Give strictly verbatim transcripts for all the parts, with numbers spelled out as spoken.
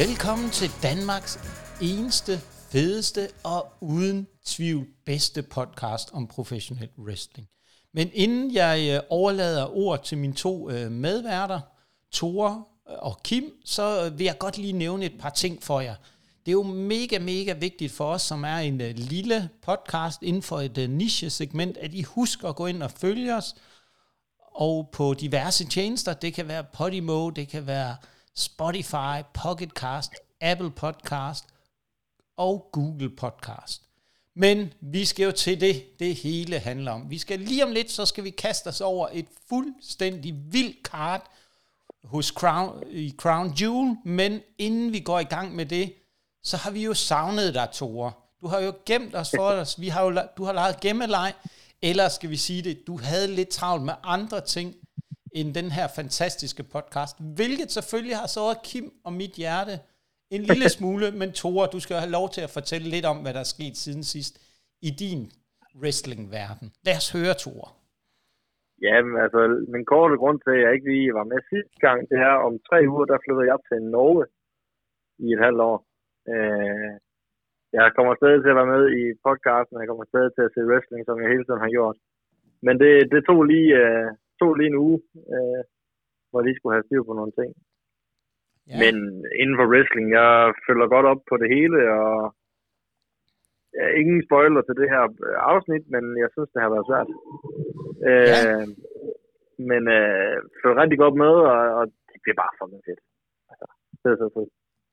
Velkommen til Danmarks eneste, fedeste og uden tvivl bedste podcast om professionel wrestling. Men inden jeg overlader ord til mine to medværter, Tore og Kim, så vil jeg godt lige nævne et par ting for jer. Det er jo mega, mega vigtigt for os, som er en lille podcast inden for et niche-segment, at I husker at gå ind og følge os. Og på diverse tjenester, det kan være Podimo, det kan være Spotify, Pocket Cast, Apple Podcast og Google Podcast. Men vi skal jo til det, det hele handler om. Vi skal lige om lidt, så skal vi kaste os over et fuldstændig vildt kart hos Crown, i Crown Jewel. Men inden vi går i gang med det, så har vi jo savnet dig, Tore. Du har jo gemt os for os. Vi har jo, du har lavet gemmeleg. Eller skal vi sige det, du havde lidt travlt med andre ting end den her fantastiske podcast, hvilket selvfølgelig har såret Kim og mit hjerte en lille smule, men Tore, du skal have lov til at fortælle lidt om, hvad der er sket siden sidst i din wrestling-verden. Lad os høre, Tore. Jamen, altså, den korte grund til, at jeg ikke lige var med sidste gang, det her om tre uger, der flyttede jeg op til Norge i et halvt år. Øh, jeg kommer stadig til at være med i podcasten, jeg kommer stadig til at se wrestling, som jeg hele tiden har gjort. Men det, det tog lige... Øh, tog lige en uge, øh, hvor jeg lige skulle have styr på nogle ting. Ja. Men inden for wrestling, jeg følger godt op på det hele, og ja, ingen spoiler til det her afsnit, men jeg synes, det har været svært. Øh, ja. Men øh, følger rigtig godt med, og, og det bliver bare fucking fedt. Altså, det er så fedt.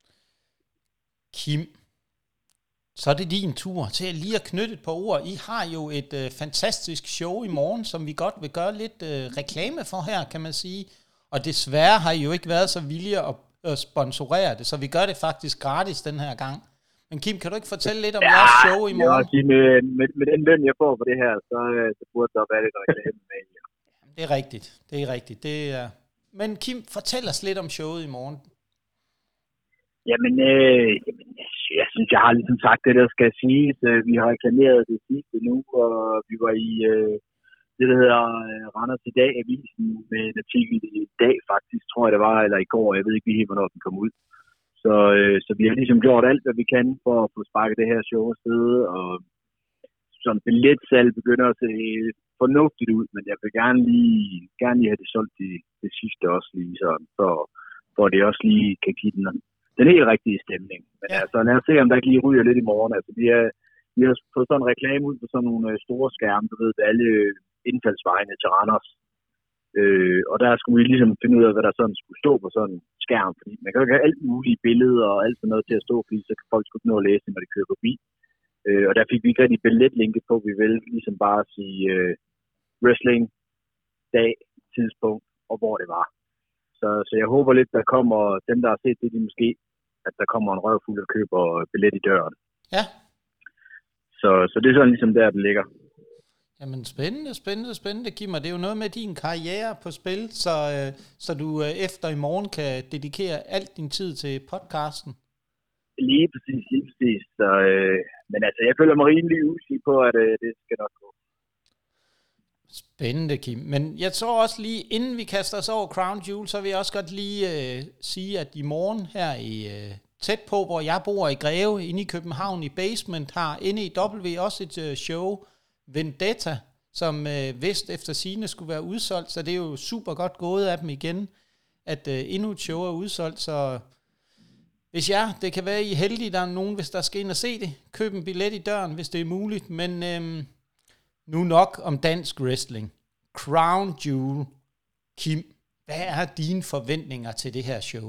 Kim, så er det din tur til at lige at knytte et par ord. I har jo et øh, fantastisk show i morgen, som vi godt vil gøre lidt øh, reklame for her, kan man sige. Og desværre har I jo ikke været så villige at, at sponsorere det, så vi gør det faktisk gratis den her gang. Men Kim, kan du ikke fortælle lidt om ja, jeres show i morgen? Ja, med, med, med den løn, jeg får for det her, så, så burde der være lidt reklame med. Ja. Det er rigtigt, det er rigtigt. Det er... Men Kim, fortæl os lidt om showet i morgen. Jamen, øh, jamen, jeg synes, jeg har ligesom sagt det, der skal siges. Vi har reklameret det sidste nu, og vi var i øh, det, der hedder Randers i dag, avisen, med en artikel i dag faktisk, tror jeg det var, eller i går, jeg ved ikke lige helt, hvornår den kom ud. Så, øh, så vi har ligesom gjort alt, hvad vi kan for at få sparket det her show afsted, og som billetsalg begynder at se fornuftigt ud, men jeg vil gerne lige, gerne lige have det solgt det, det sidste også lige, så, så for det også lige kan give den den helt rigtige stemning. Men ja. altså, lad os se, om der ikke lige ryger lidt i morgen. Altså, vi, er, vi har fået sådan en reklame ud på sådan nogle øh, store skærme, du ved, alle indfaldsvejene til Randers. Øh, og der skulle vi ligesom finde ud af, hvad der sådan skulle stå på sådan en skærm. Fordi man kan jo ikke have alt mulige billeder og alt sådan noget til at stå, fordi så kan folk sgu ikke nå at læse det, når de kører forbi. Øh, og der fik vi ikke rigtig billetlinket på, vi vil ligesom bare sige øh, wrestling, dag, tidspunkt og hvor det var. Så, så jeg håber lidt, der kommer dem, der har set det, de måske, at der kommer en røvfuld og køber billet i døren. Ja. Så, så det er sådan ligesom der, det ligger. Jamen spændende, spændende, spændende, Kim. Det er jo noget med din karriere på spil, så, øh, så du øh, efter i morgen kan dedikere alt din tid til podcasten. Lige præcis, lige præcis. Så, øh, men altså, jeg føler mig rimelig usikker på, at øh, det skal nok gå. Spændende, Kim. Men jeg tror også lige, inden vi kaster os over Crown Jewel, så vil jeg også godt lige øh, sige, at i morgen her i øh, tæt på, hvor jeg bor i Greve, inde i København i Basement, har N E W også et øh, show, Vendetta, som øh, vist efter sigende skulle være udsolgt, så det er jo super godt gået af dem igen, at øh, endnu et show er udsolgt, så hvis ja, det kan være, I er heldige, der er nogen, hvis der skal ind og se det, køb en billet i døren, hvis det er muligt, men... Øh, Nu nok om dansk wrestling. Crown Jewel. Kim, hvad er dine forventninger til det her show?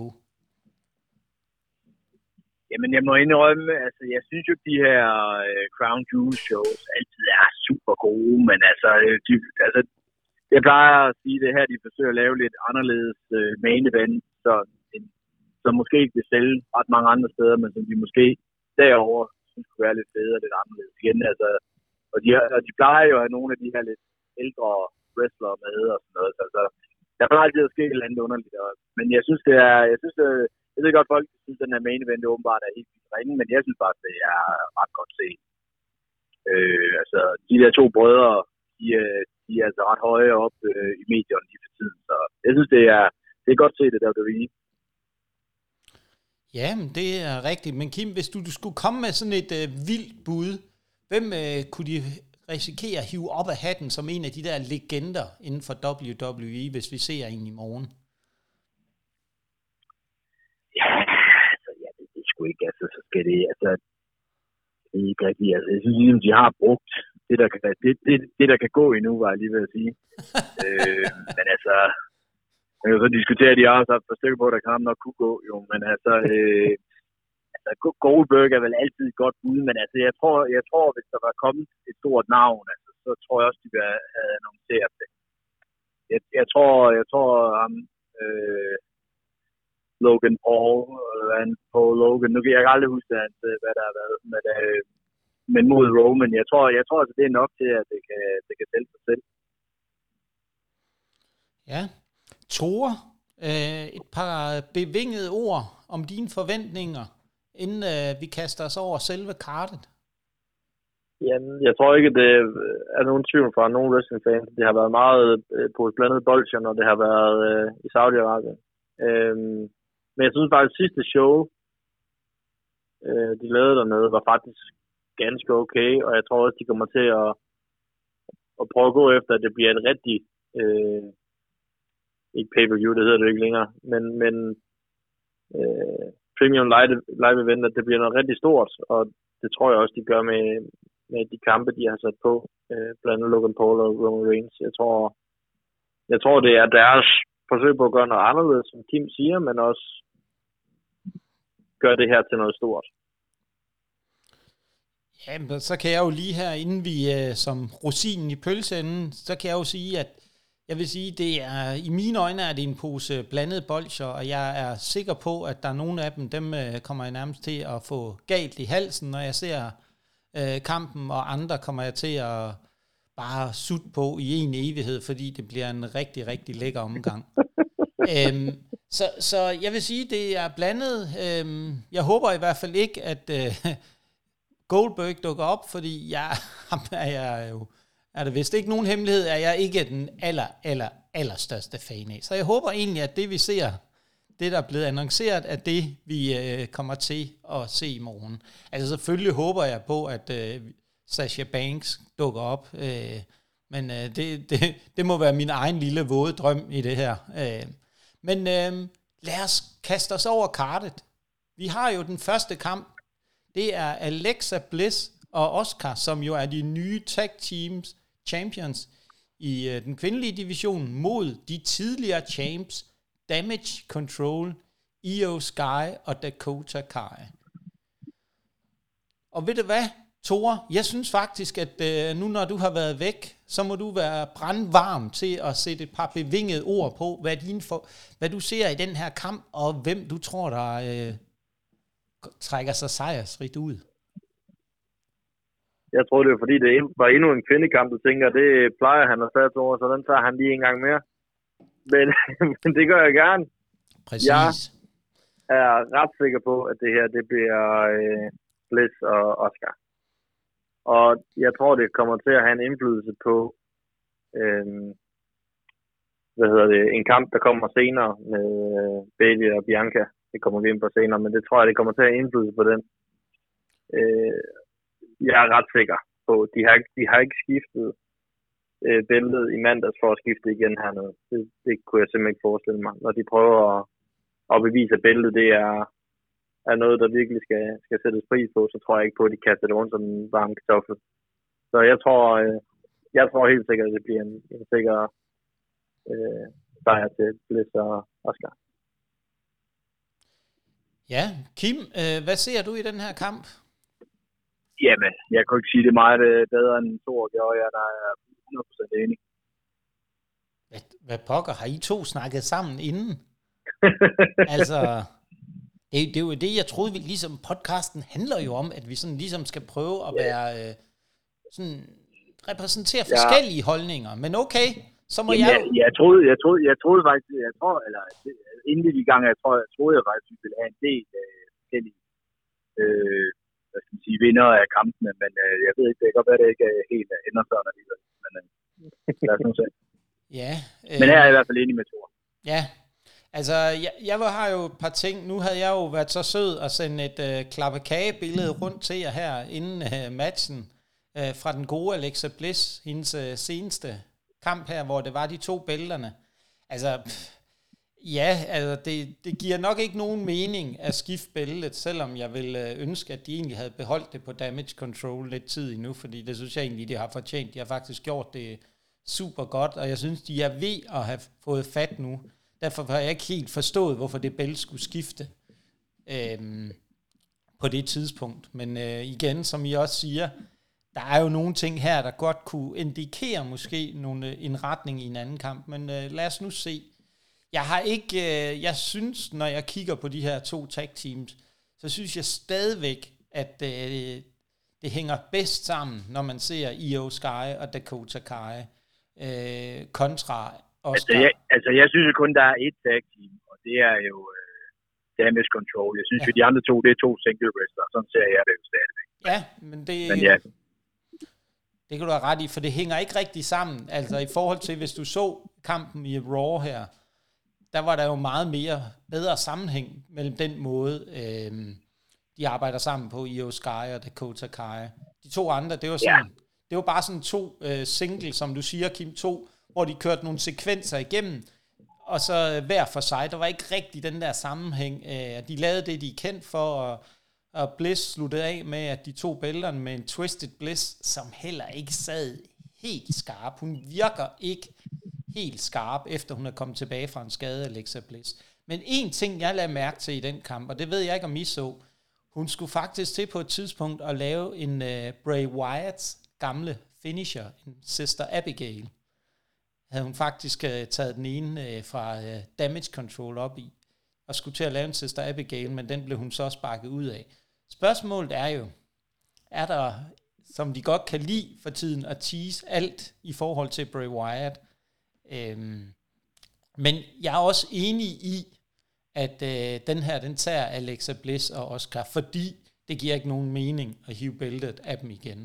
Jamen, jeg må indrømme, altså, jeg synes jo, de her uh, Crown Jewel shows altid er super gode, men altså, de, altså, jeg plejer at sige det her, de forsøger at lave lidt anderledes uh, main event, så, en, som måske ikke vil sælge ret mange andre steder, men som de måske derovre synes kunne være lidt bedre og lidt anderledes igen, altså. Og de, og de plejer jo at have nogle af de her lidt ældre wrestlere med og sådan noget. Så altså, der er altid at ske et eller andet underligt. Og, men jeg synes, det er... Jeg synes, det, jeg ved godt, folk synes, at den her main event åbenbart er helt vildt ringe, men jeg synes bare, at det er ret godt set. Øh, altså, de der to brødre, de, de er altså ret høje op øh, i medierne lige for tiden. Så jeg synes, det er, det er godt set, det der, der vil. Ja, men det er rigtigt. Men Kim, hvis du, du skulle komme med sådan et øh, vildt bud, hvem øh, kunne de risikere at hive op af hatten som en af de der legender inden for W W E, hvis vi ser en i morgen? Ja, altså, ja, det, det skulle ikke, altså, så skal det, altså, det er ikke rigtigt, altså, jeg synes ligesom, de har brugt det, der kan, det, det, det, der kan gå endnu, var jeg lige ved at sige. øh, men altså, man kan jo så diskutere, de har også haft et stykke på, der kan nok kunne gå, jo, men altså, øh, altså, Goldberg er vel altid et godt bud, men altså, jeg tror, jeg tror, hvis der var kommet et stort navn, altså, så tror jeg også, de ville have annonceret det. Jeg, jeg tror, jeg tror, um, øh, Logan Paul, øh, Paul Logan, nu kan jeg aldrig huske, at, hvad der har været, men, øh, men mod Roman, jeg tror, jeg tror altså, det er nok til, at det kan, det kan sælge sig selv. Ja. Thor, øh, et par bevingede ord om dine forventninger, inden øh, vi kaster os over selve kartet. Jamen, jeg tror ikke, det er nogen tvivl fra nogen wrestling-fans. Det har været meget øh, på et blandet bolsjer, når det har været øh, i Saudi-Arabien. Øhm, men jeg synes faktisk, at sidste show, øh, de lavede dernede, var faktisk ganske okay, og jeg tror også, de kommer til at, at prøve at gå efter, at det bliver et rigtig, øh, ikke pay-per-view, det hedder det ikke længere, men, men øh, premium live, live event, at det bliver noget rigtig stort, og det tror jeg også, de gør med, med de kampe, de har sat på, øh, blandt andet Logan Paul og Roman Reigns. Jeg tror, jeg tror, det er deres forsøg på at gøre noget anderledes, som Kim siger, men også gøre det her til noget stort. Ja, så kan jeg jo lige her, inden vi øh, som rosinen i pølseenden, så kan jeg jo sige, at jeg vil sige, det er i mine øjne er det en pose blandede bolsjer, og jeg er sikker på, at der er nogle af dem, dem øh, kommer jeg nærmest til at få galt i halsen, når jeg ser øh, kampen, og andre kommer jeg til at bare sutte på i en evighed, fordi det bliver en rigtig, rigtig lækker omgang. øhm, så, så jeg vil sige, det er blandet. Øhm, jeg håber i hvert fald ikke, at øh, Goldberg dukker op, fordi jeg, ham er jeg jo, er det vist ikke nogen hemmelighed, er jeg ikke den aller, aller, allerstørste fan af. Så jeg håber egentlig, at det vi ser, det der er blevet annonceret, er det vi øh, kommer til at se i morgen. Altså selvfølgelig håber jeg på, at øh, Sasha Banks dukker op, øh, men øh, det, det, det må være min egen lille våde drøm i det her. Øh, men øh, lad os kaste os over kartet. Vi har jo den første kamp. Det er Alexa Bliss og Asuka, som jo er de nye tag teams champions i øh, den kvindelige division mod de tidligere champs Damage Control, Io Sky og Dakota Kai. Og ved du hvad, Thor? Jeg synes faktisk, at øh, nu når du har været væk, så må du være brandvarm til at sætte et par bevingede ord på, hvad, din for, hvad du ser i den her kamp, og hvem du tror, der øh, trækker sig sejrsrigt ud. Jeg tror, det er fordi, det var endnu en kvindekamp, du tænker, det plejer han at tage over, så den tager han lige en gang mere. Men, men det gør jeg gerne. Præcis. Jeg er ret sikker på, at det her, det bliver øh, Bliss og Asuka. Og jeg tror, det kommer til at have en indflydelse på, øh, hvad hedder det, en kamp, der kommer senere med øh, Bayley og Bianca. Det kommer vi ind på senere, men det tror jeg, det kommer til at have indflydelse på den. Øh, jeg er ret sikker på, de har, de har ikke skiftet øh, bæltet i mandags for at skifte igen hernede. Det, det kunne jeg simpelthen ikke forestille mig. Når de prøver at, at bevise, at bæltet det er, er noget, der virkelig skal, skal sættes pris på, så tror jeg ikke på, at de kaster det rundt som en varm kartoffel. Så jeg tror, øh, jeg tror helt sikkert, at det bliver en, en sikker øh, sejr til Bliss og Asuka. Ja, Kim, øh, hvad ser du i den her kamp? Jamen, jeg kunne ikke sige det meget bedre end Thor gjorde, jeg der er hundrede procent enig. Hvad, hvad pokker, har I to snakket sammen inden? altså, det, det er jo det, jeg troede, vi ligesom podcasten handler jo om, at vi sådan ligesom skal prøve at være, øh, sådan, repræsentere forskellige ja. holdninger. Men okay, så må Jamen, jeg... Jeg, jeg, troede, jeg, troede, jeg troede faktisk, jeg tror, eller inden de gang, jeg tror, jeg troede jeg faktisk, vi ville have en del øh, forskellige øh, hvad skal man sige, vinder af kampene, men øh, jeg ved ikke, det kan godt være, det ikke er helt ender sådan alligevel, men øh, lad os nu se. Ja. Øh, men her er jeg i hvert fald enig med Thor. Ja, Altså, jeg, jeg har jo et par ting. Nu havde jeg jo været så sød at sende et øh, klappekage-billede rundt til jer her inden øh, matchen øh, fra den gode Alexa Bliss, hendes øh, seneste kamp her, hvor det var de to bælterne. Altså, pff, ja, altså det, det giver nok ikke nogen mening at skifte bæltet, selvom jeg vil øh, ønske, at de egentlig havde beholdt det på damage control lidt tid endnu, fordi det synes jeg egentlig, de har fortjent. De har faktisk gjort det super godt, og jeg synes, de er ved at have fået fat nu. Derfor har jeg ikke helt forstået, hvorfor det bælte skulle skifte øhm, på det tidspunkt. Men øh, igen, som I også siger, der er jo nogle ting her, der godt kunne indikere måske nogle, en retning i en anden kamp. Men øh, lad os nu se. Jeg har ikke, øh, jeg synes, når jeg kigger på de her to tag teams, så synes jeg stadigvæk, at øh, det hænger bedst sammen, når man ser Io Sky og Dakota Kai øh, kontra Altså jeg, altså, jeg synes jo kun, der er et tag team, og det er jo uh, damage control. Jeg synes ja. jo, de andre to, det er to single wrestlere. Sådan ser jeg det jo stadigvæk. Ja, men det, men ja. det kan du have ret i, for det hænger ikke rigtig sammen. Altså i forhold til, hvis du så kampen i Raw her, der var der jo meget mere bedre sammenhæng mellem den måde, øh, de arbejder sammen på, Io Sky og Dakota Kai. De to andre, det var sådan, ja. det var bare sådan to øh, single, som du siger, Kim, to, hvor de kørte nogle sekvenser igennem, og så hver for sig. Der var ikke rigtig den der sammenhæng. De lavede det, de er kendt for, og, og Bliss sluttede af med, at de tog bælterne med en Twisted Bliss, som heller ikke sad helt skarp. Hun virker ikke helt skarp, efter hun er kommet tilbage fra en skade, Alexa Bliss. Men en ting, jeg lagde mærke til i den kamp, og det ved jeg ikke, om I så, hun skulle faktisk til på et tidspunkt at lave en uh, Bray Wyatts gamle finisher, en Sister Abigail. Havde hun faktisk uh, taget den ene uh, fra uh, damage control op i, og skulle til at lave en Sister Abigail, men den blev hun så sparket ud af. Spørgsmålet er jo, er der, som de godt kan lide for tiden, at tease alt i forhold til Bray Wyatt? Øhm, men jeg er også enig i, at øh, den her, den tager Alexa Bliss og Oscar, fordi det giver ikke nogen mening at hive bæltet af dem igen.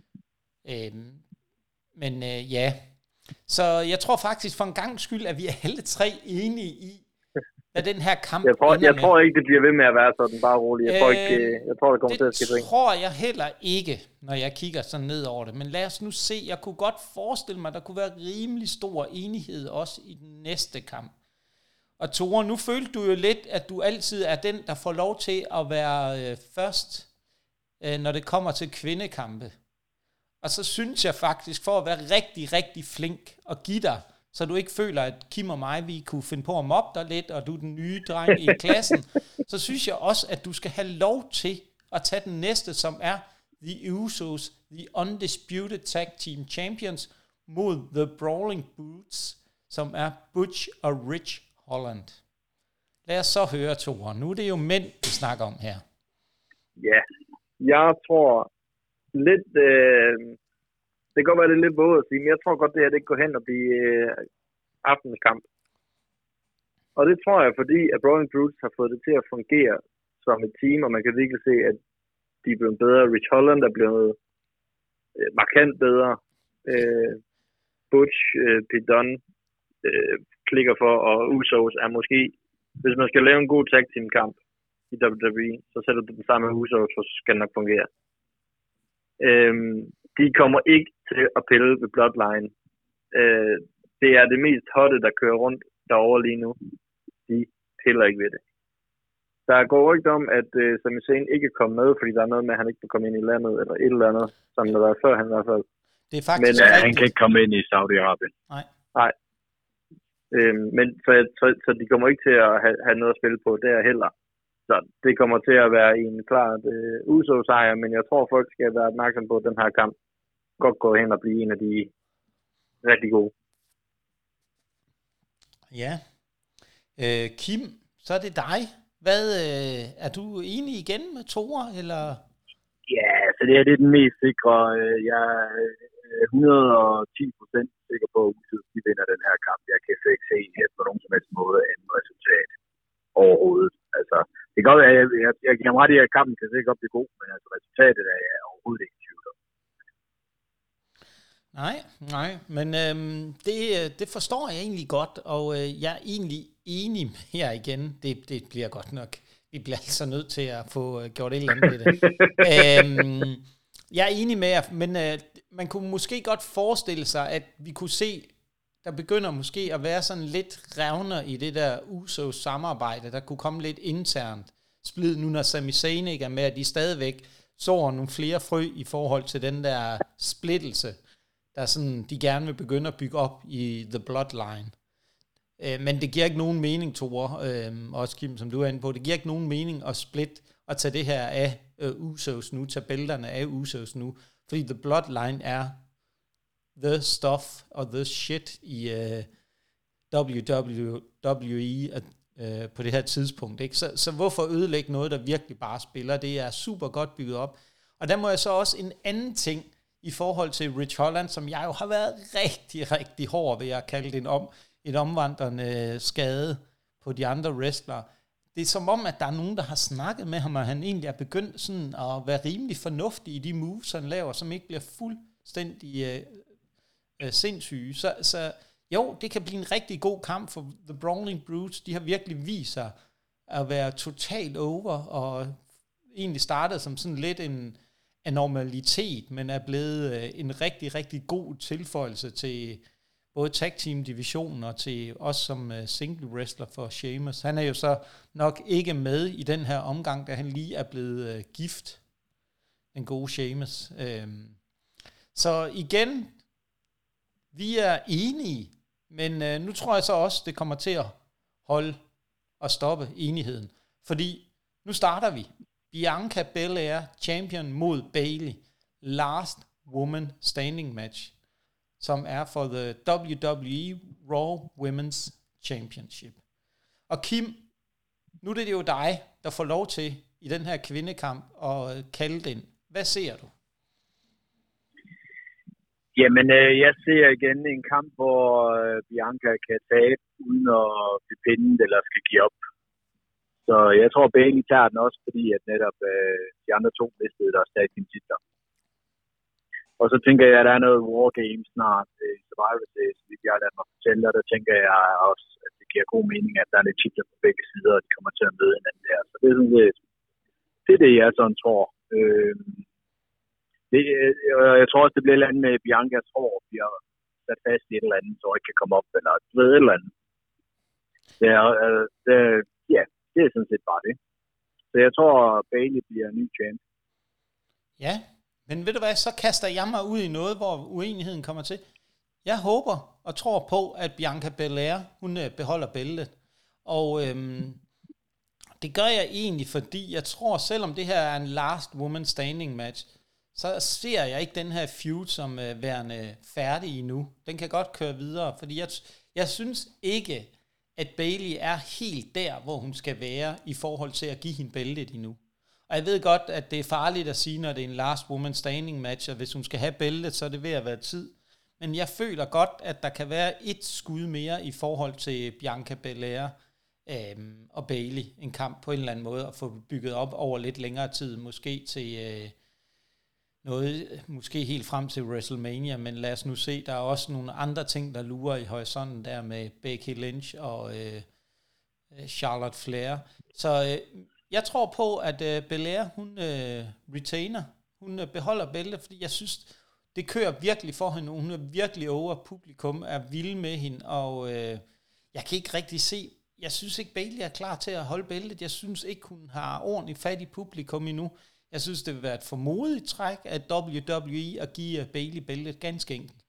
Øhm, men øh, ja, så jeg tror faktisk for en gang skyld, at vi er alle tre enige i, at den her kamp jeg tror, jeg tror ikke, det bliver ved med at være sådan, bare roligt. Jeg tror, ikke, jeg tror det kommer det til at ske. Det tror jeg heller ikke, når jeg kigger sådan ned over det. Men lad os nu se, jeg kunne godt forestille mig, at der kunne være rimelig stor enighed også i den næste kamp. Og Tore, nu følte du jo lidt, at du altid er den, der får lov til at være øh, først, øh, når det kommer til kvindekampe. Og så synes jeg faktisk, for at være rigtig, rigtig flink og give dig, så du ikke føler, at Kim og mig, vi kunne finde på at mobbe dig lidt, og du er den nye dreng i klassen, så synes jeg også, at du skal have lov til at tage den næste, som er The Usos, The Undisputed Tag Team Champions, mod The Brawling Brutes, som er Butch og Rich Holland. Lad os så høre, Tore. Nu er det jo mænd, vi snakker om her. Ja, jeg tror lidt... Øh Det kan godt være, det er lidt både at sige, men jeg tror godt, det her det går hen og blive øh, aftens kamp. Og det tror jeg, fordi at Brawling Brutes har fået det til at fungere som et team, og man kan virkelig se, at de er blevet bedre. Rich Holland er blevet øh, markant bedre. Øh, Butch, øh, Pete Dunne øh, klikker for, og Usos er måske, hvis man skal lave en god tag team kamp i W W E, så sætter du den sammen med Usos, så skal det nok fungere. Øh, De kommer ikke til at pille ved Bloodline. Øh, det er det mest hotte, der kører rundt derovre lige nu. De piller ikke ved det. Der går rygter om, at øh, Sami Zayn ikke er kommet med, fordi der er noget med, at han ikke kan komme ind i landet, eller et eller andet, som der var før han i hvert fald. Det er faktisk men øh, han kan ikke komme ind i Saudi-Arabien. Nej. Nej. Øh, men så, så, så de kommer ikke til at have, have noget at spille på der heller. Så det kommer til at være en klart øh, Uso-sejr, men jeg tror, folk skal være opmærksom på, at den her kamp godt går hen og blive en af de rigtig gode. Ja. Øh, Kim, så er det dig. Hvad, øh, er du enig igen med Tore, eller? Ja, så det her det er den mest sikre. Jeg er hundrede og ti procent sikker på, at de vinder den her kamp. Jeg kan ikke se det på nogen som helst måde end resultat overhovedet. Altså, det kan godt være, jeg, jeg, jeg giver mig ret i, at kampen kan sikkert godt blive god, men altså resultatet er jeg overhovedet ikke i tvivl om. Nej, nej, men øhm, det, det forstår jeg egentlig godt, og øh, jeg er egentlig enig med jer igen. Det, det bliver godt nok. Vi bliver altså nødt til at få uh, gjort et eller andet ved det. øhm, jeg er enig med jer, men uh, man kunne måske godt forestille sig, at vi kunne se, der begynder måske at være sådan lidt revner i det der Usos samarbejde. Der kunne komme lidt internt splid nu, når Sami Zayn ikke er med, at de stadigvæk sår nogle flere frø i forhold til den der splittelse, der sådan, de gerne vil begynde at bygge op i The Bloodline. Øh, men det giver ikke nogen mening, Tore, øh, også Kim, som du er inde på, det giver ikke nogen mening at splitte og tage det her af øh, Usos nu, tage bælterne af Usos nu, fordi The Bloodline er the stuff og the shit i uh, W W E uh, på det her tidspunkt. Ikke? Så, så hvorfor ødelægge noget, der virkelig bare spiller? Det er super godt bygget op. Og der må jeg så også en anden ting i forhold til Rich Holland, som jeg jo har været rigtig, rigtig hård ved at kalde det en, om, en omvandrende skade på de andre wrestlere. Det er som om, at der er nogen, der har snakket med ham, og han egentlig er begyndt sådan at være rimelig fornuftig i de moves, han laver, som ikke bliver fuldstændig uh, sindssyge. Så, så jo, det kan blive en rigtig god kamp for The Brawling Brutes. De har virkelig vist sig at være totalt over, og egentlig startet som sådan lidt en anormalitet, men er blevet en rigtig, rigtig god tilføjelse til både tag team divisionen og til os som single wrestler for Sheamus. Han er jo så nok ikke med i den her omgang, da han lige er blevet gift, den gode Sheamus. Så igen, vi er enige, men øh, nu tror jeg så også, det kommer til at holde og stoppe enigheden. Fordi nu starter vi. Bianca Belair champion mod Bayley. Last woman standing match, som er for the W W E Raw Women's Championship. Og Kim, nu er det jo dig, der får lov til i den her kvindekamp at kalde den. Hvad ser du? Jamen, øh, jeg ser igen en kamp, hvor øh, Bianca kan tabe, uden at blive pindet eller skal give op. Så jeg tror, Bayley tager den også, fordi at netop øh, de andre to mistede deres tag team titler. Og så tænker jeg, at der er noget War Games snart i øh, Survivor Series, hvis jeg har ladet mig fortælle, og der tænker jeg også, at det giver god mening, at der er lidt titler på begge sider, og de kommer til at møde hinanden der. Så det er sådan lidt, det er det, jeg sådan tror. Øh, Det, jeg tror også, det bliver et eller andet med Biancas hår, bliver sat fast i et eller andet, så ikke kan komme op, eller ved et eller andet. Det er, det, ja, det er sådan set bare det. Så jeg tror, Bayley bliver ny champ. Ja, men ved du hvad, så kaster jeg mig ud i noget, hvor uenigheden kommer til. Jeg håber og tror på, at Bianca Belair, hun beholder bæltet. Og øhm, det gør jeg egentlig, fordi jeg tror, selvom det her er en last woman standing match, så ser jeg ikke den her feud som øh, værende færdig endnu. Den kan godt køre videre, fordi jeg, jeg synes ikke, at Bayley er helt der, hvor hun skal være i forhold til at give hende bæltet endnu. Og jeg ved godt, at det er farligt at sige, når det er en last woman standing match, og hvis hun skal have bæltet, så er det ved at være tid. Men jeg føler godt, at der kan være et skud mere i forhold til Bianca Belair øhm, og Bayley. En kamp på en eller anden måde, at få bygget op over lidt længere tid, måske til... Øh, noget, måske helt frem til WrestleMania, men lad os nu se, der er også nogle andre ting, der lurer i horisonten der med Becky Lynch og øh, Charlotte Flair. Så øh, jeg tror på, at øh, Belair, hun øh, retainer, hun øh, beholder bæltet, fordi jeg synes, det kører virkelig for hende, hun er virkelig over, publikum er vilde med hende, og øh, jeg kan ikke rigtig se, jeg synes ikke, Bayley er klar til at holde bæltet, jeg synes ikke, hun har ordentligt fat i publikum endnu. Jeg synes, det vil være et formodigt træk af W W E at give Bayley bæltet ganske enkelt.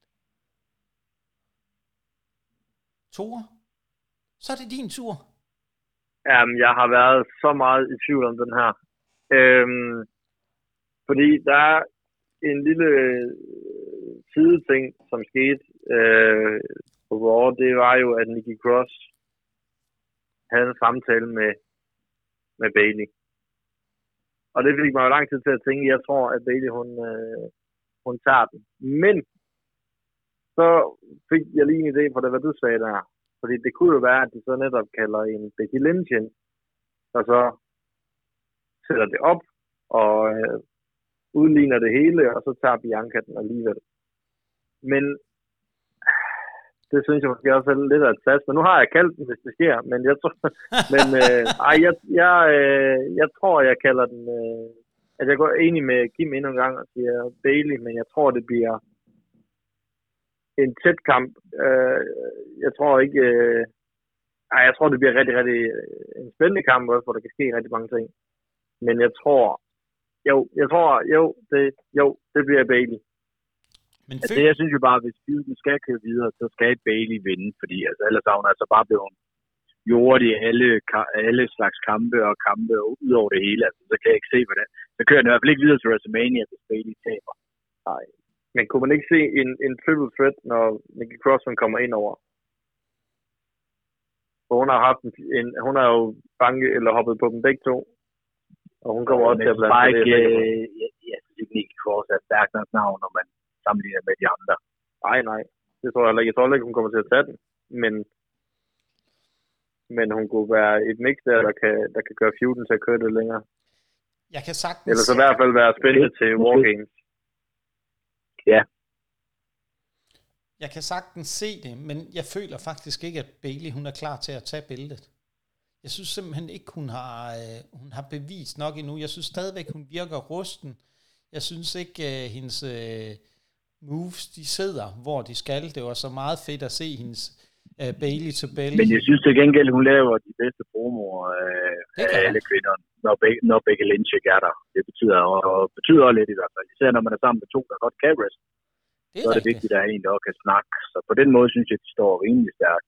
Tore, så er det din tur. Jamen, jeg har været så meget i tvivl om den her. Øhm, fordi der er en lille sideting, som skete øh, på vores. Det var jo, at Nikki Cross havde en samtale med, med Bayley. Og det fik mig jo lang tid til at tænke, jeg tror, at Bayley, hun, øh, hun tager den. Men så fik jeg lige en idé på det, hvad du sagde der. Fordi det kunne jo være, at de så netop kalder en Becky Lynch ind, og så sætter det op, og øh, udligner det hele, og så tager Bianca den alligevel. Men det synes jeg måske også er lidt af et sats. Men nu har jeg kaldt den, hvis det sker. Men jeg tror, men, øh, ej, jeg, jeg, øh, jeg tror, jeg kalder den... Øh, altså, jeg går enig med Kim endnu en gang og siger Bailey, men jeg tror, det bliver en tæt kamp. Øh, jeg tror ikke... Øh, ej, jeg tror, det bliver rigtig, rigtig en spændende kamp også, hvor der kan ske rigtig mange ting. Men jeg tror... Jo, jeg tror... Jo, det, jo, det bliver Bailey. Men altså, det, jeg synes jo bare, at hvis feuden skal køre videre, så skal Bailey vinde, fordi altså, ellers er hun altså bare blevet jordet i alle, alle slags kampe og kampe ud over det hele. Altså, så kan jeg ikke se, hvordan. Så kører den i hvert fald ikke videre til WrestleMania, hvis Bailey taber. Nej. Men kunne man ikke se en, en triple threat, når Nikki Crossman kommer ind over? For hun har haft en, en hun har jo banket eller hoppet på dem begge to. Og hun kommer ja, også til at blande det. Øh, jeg, jeg synes ikke, Nikki Cross er stærkt nok navn, når man sammenligner med de andre. Nej, nej. Det tror jeg ikke. Jeg tror ikke, hun kommer til at tage den. Men, men hun kunne være et mix der, der kan, der kan gøre feuden til at køre det længere. Jeg kan sagtens... Eller så i hvert fald være spændende til War Games. Ja. Jeg kan sagtens se det, men jeg føler faktisk ikke, at Bailey hun er klar til at tage bæltet. Jeg synes simpelthen ikke, hun har, øh, hun har bevist nok endnu. Jeg synes stadigvæk, hun virker rusten. Jeg synes ikke, øh, hendes øh, moves, de sidder, hvor de skal. Det var så meget fedt at se hendes øh, Bailey til Bailey. Men jeg synes til gengæld, hun laver de bedste promoer øh, af alle kvinder, når, Be- når Becky Lynch ikke er der. Det betyder, og, og betyder også lidt i hvert fald. Især når man er sammen med to, der godt kan wrestle. Så er det rigtigt. Vigtigt, at en, der også kan snakke. Så på den måde synes jeg, at de står rimelig stærkt.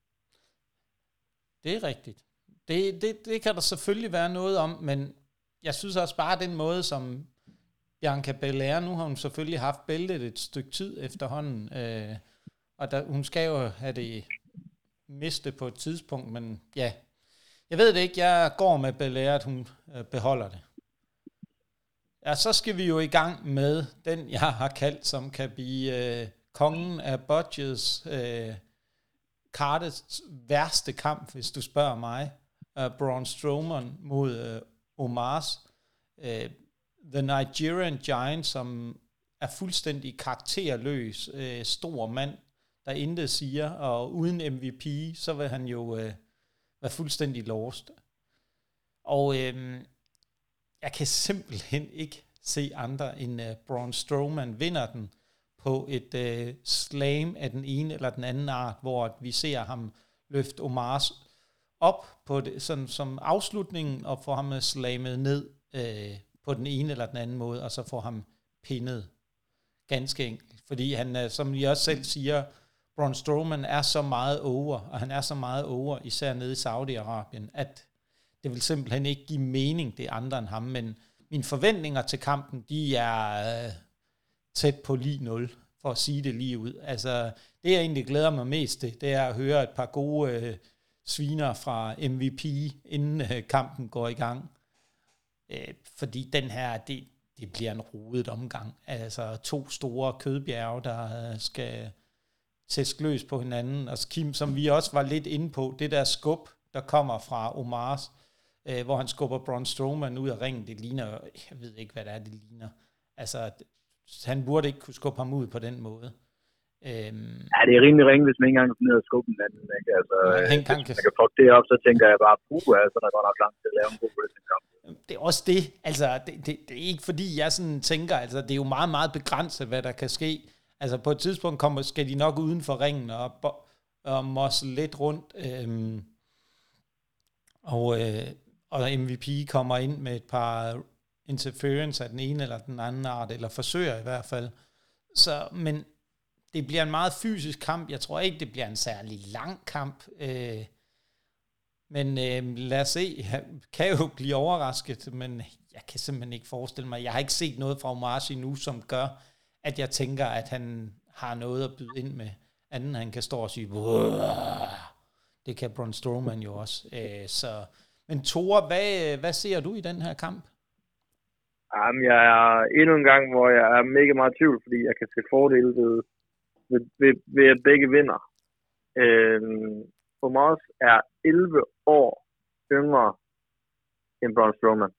Det er rigtigt. Det, det, det kan der selvfølgelig være noget om, men jeg synes også bare den måde, som Bianca Belair, nu har hun selvfølgelig haft bæltet et stykke tid efterhånden, øh, og der, hun skal jo have det mistet på et tidspunkt, men ja, jeg ved det ikke, jeg går med Belair, at hun øh, beholder det. Ja, så skal vi jo i gang med den, jeg har kaldt, som kan blive øh, kongen af budgets, øh, kartets værste kamp, hvis du spørger mig. Uh, Braun Strowman mod uh, Omars. Uh, The Nigerian Giant, som er fuldstændig karakterløs, uh, stor mand, der intet siger, og uden M V P, så vil han jo uh, være fuldstændig lost. Og uh, jeg kan simpelthen ikke se andre end uh, Braun Strowman vinder den på et uh, slam af den ene eller den anden art, hvor vi ser ham løfte Omars op på det, sådan, som afslutningen, og få ham slammet ned øh, på den ene eller den anden måde, og så få ham pinnet. Ganske enkelt. Fordi han, som I også selv siger, Braun Strowman er så meget over, og han er så meget over, især nede i Saudi-Arabien, at det vil simpelthen ikke give mening, det er andre end ham. Men mine forventninger til kampen, de er øh, tæt på lige nul, for at sige det lige ud. Altså, det jeg egentlig glæder mig mest til, det er at høre et par gode øh, sviner fra M V P, inden øh, kampen går i gang. Øh, fordi den her, det, det bliver en rodet omgang. Altså to store kødbjerge, der øh, skal tæske løs på hinanden. Og Kim, som vi også var lidt inde på, det der skub, der kommer fra Omars, øh, hvor han skubber Braun Strowman ud af ringen, det ligner, jeg ved ikke, hvad det er, det ligner. Altså, han burde ikke kunne skubbe ham ud på den måde. Øhm, ja, det er rimelig ringe, hvis man ikke engang kan finde ud af at skubbe den anden. Ikke? Altså, hvis kan... man kan fuck det op, så tænker jeg bare, puh, altså, der går nok langt til at lave en god wrestling-kamp. Det er også det. Altså, det, det, det er ikke fordi, jeg sådan tænker, altså, det er jo meget, meget begrænset, hvad der kan ske. Altså, på et tidspunkt kommer, skal de nok uden for ringen og, og mosse lidt rundt. Øhm, og, øh, og M V P kommer ind med et par interference af den ene eller den anden art, eller forsøger i hvert fald. Så, men det bliver en meget fysisk kamp. Jeg tror ikke, det bliver en særlig lang kamp. Øh, men øh, lad os se. Jeg kan jo blive overrasket, men jeg kan simpelthen ikke forestille mig. Jeg har ikke set noget fra Omars endnu, som gør, at jeg tænker, at han har noget at byde ind med. Anden han kan stå og sige, det kan Braun Strowman jo også. Øh, så. Men Tore, hvad, hvad ser du i den her kamp? Jamen, jeg er endnu en gang, hvor jeg er mega meget i tvivl, fordi jeg kan se fordele ved, ved, ved, ved at begge vinder. Øhm, Omars er elleve år yngre end Braun Strowman.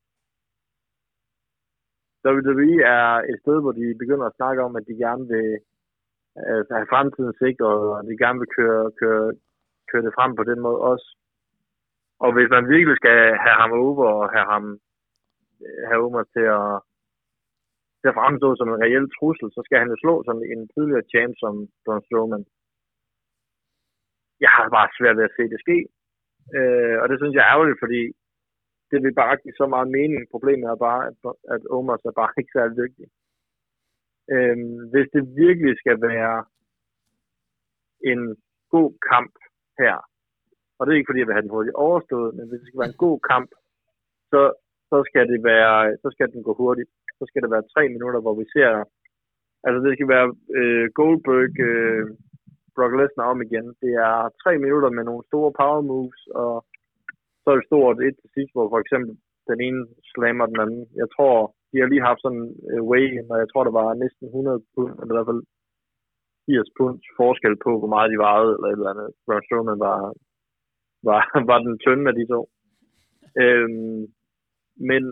W W E er et sted, hvor de begynder at snakke om, at de gerne vil altså, have fremtiden sikret, og de gerne vil køre, køre, køre det frem på den måde også. Og hvis man virkelig skal have ham over og have ham have over til at, til at fremstå som en reel trussel, så skal han jo slå som en tidligere champ som Braun Strowman. Jeg har bare svært ved at se det ske. Øh, og det synes jeg er ærgerligt, fordi det vil bare give så meget mening. Problemet er bare, at, at Omos er bare ikke særlig dygtig. Øh, hvis det virkelig skal være en god kamp her, og det er ikke fordi, jeg vil have den hurtigt overstået, men hvis det skal være en god kamp, så, så, skal, det være, så skal den gå hurtigt. Så skal det være tre minutter, hvor vi ser, altså det skal være øh, Goldberg, øh, Brock Lesnar om igen. Det er tre minutter med nogle store power moves, og så er det stort et til sidst, hvor for eksempel den ene slammer den anden. Jeg tror, de har lige haft sådan en uh, weigh-in, og jeg tror, der var næsten hundrede pund, eller i hvert fald firs pund forskel på, hvor meget de vejede, eller et eller andet. Braun Strowman var, var, var den tynde af de to. Øhm, men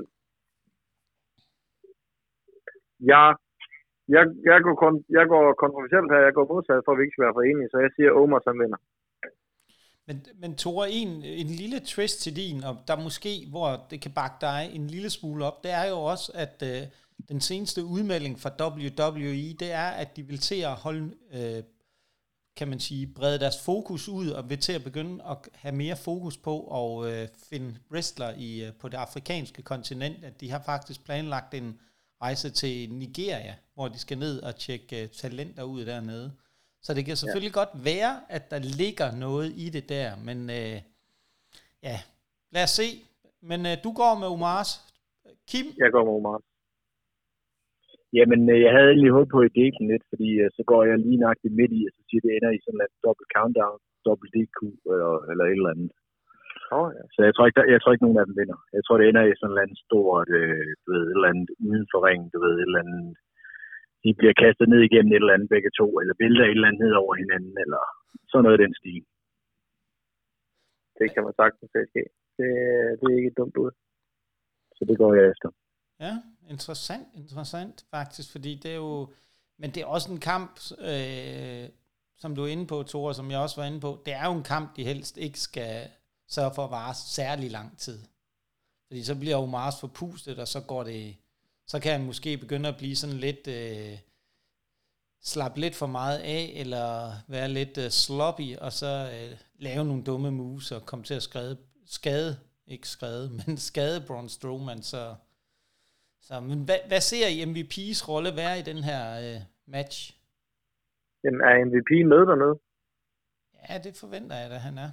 jeg, jeg, jeg, går kon- jeg går kontroversielt her, jeg går modsat for, at vi ikke skal være for enige, så jeg siger, at Omos han vinder. Men, men Tore, en, en lille twist til din, og der måske, hvor det kan bakke dig en lille smule op, det er jo også, at øh, den seneste udmelding fra W W E, det er, at de vil til at holde, øh, kan man sige, brede deres fokus ud, og vil til at begynde at have mere fokus på at øh, finde wrestler i, øh, på det afrikanske kontinent, at de har faktisk planlagt en rejse til Nigeria, hvor de skal ned og tjekke øh, talenter ud dernede. Så det kan selvfølgelig ja. godt være, at der ligger noget i det der, men øh, ja, lad os se. Men øh, du går med Omars. Kim? Jeg går med Omars. Jamen, jeg havde egentlig håbet på at dele den lidt, fordi uh, så går jeg lige nøjagtigt midt i, og så siger det ender i sådan en dobbelt countdown, dobbelt D Q, eller, eller et eller andet. Oh, ja. Så jeg tror, ikke, der, jeg tror ikke, nogen af dem vinder. Jeg tror, det ender i sådan et eller andet stort, øh, du ved, et eller andet uden for ring, du ved, et eller andet. De bliver kastet ned igennem et eller andet begge to, eller vælter et eller andet ned over hinanden, eller sådan noget i den stil. Det kan man sagtens se ske. Det, det er ikke et dumt bud. Så det går jeg efter. Ja, interessant, interessant faktisk, fordi det er jo, men det er også en kamp, øh, som du er inde på, Tore, som jeg også var inde på, det er jo en kamp, de helst ikke skal sørge for at vare særlig lang tid. Fordi så bliver Omars forpustet, og så går det, så kan han måske begynde at blive sådan lidt, øh, slappe lidt for meget af, eller være lidt øh, sloppy, og så øh, lave nogle dumme moves, og komme til at skade, skade ikke skade, men skade Braun Strowman, så, så men hvad, hvad ser I M V P's rolle være i den her øh, match? Jamen, er M V P med dernede? Ja, det forventer jeg, at han er.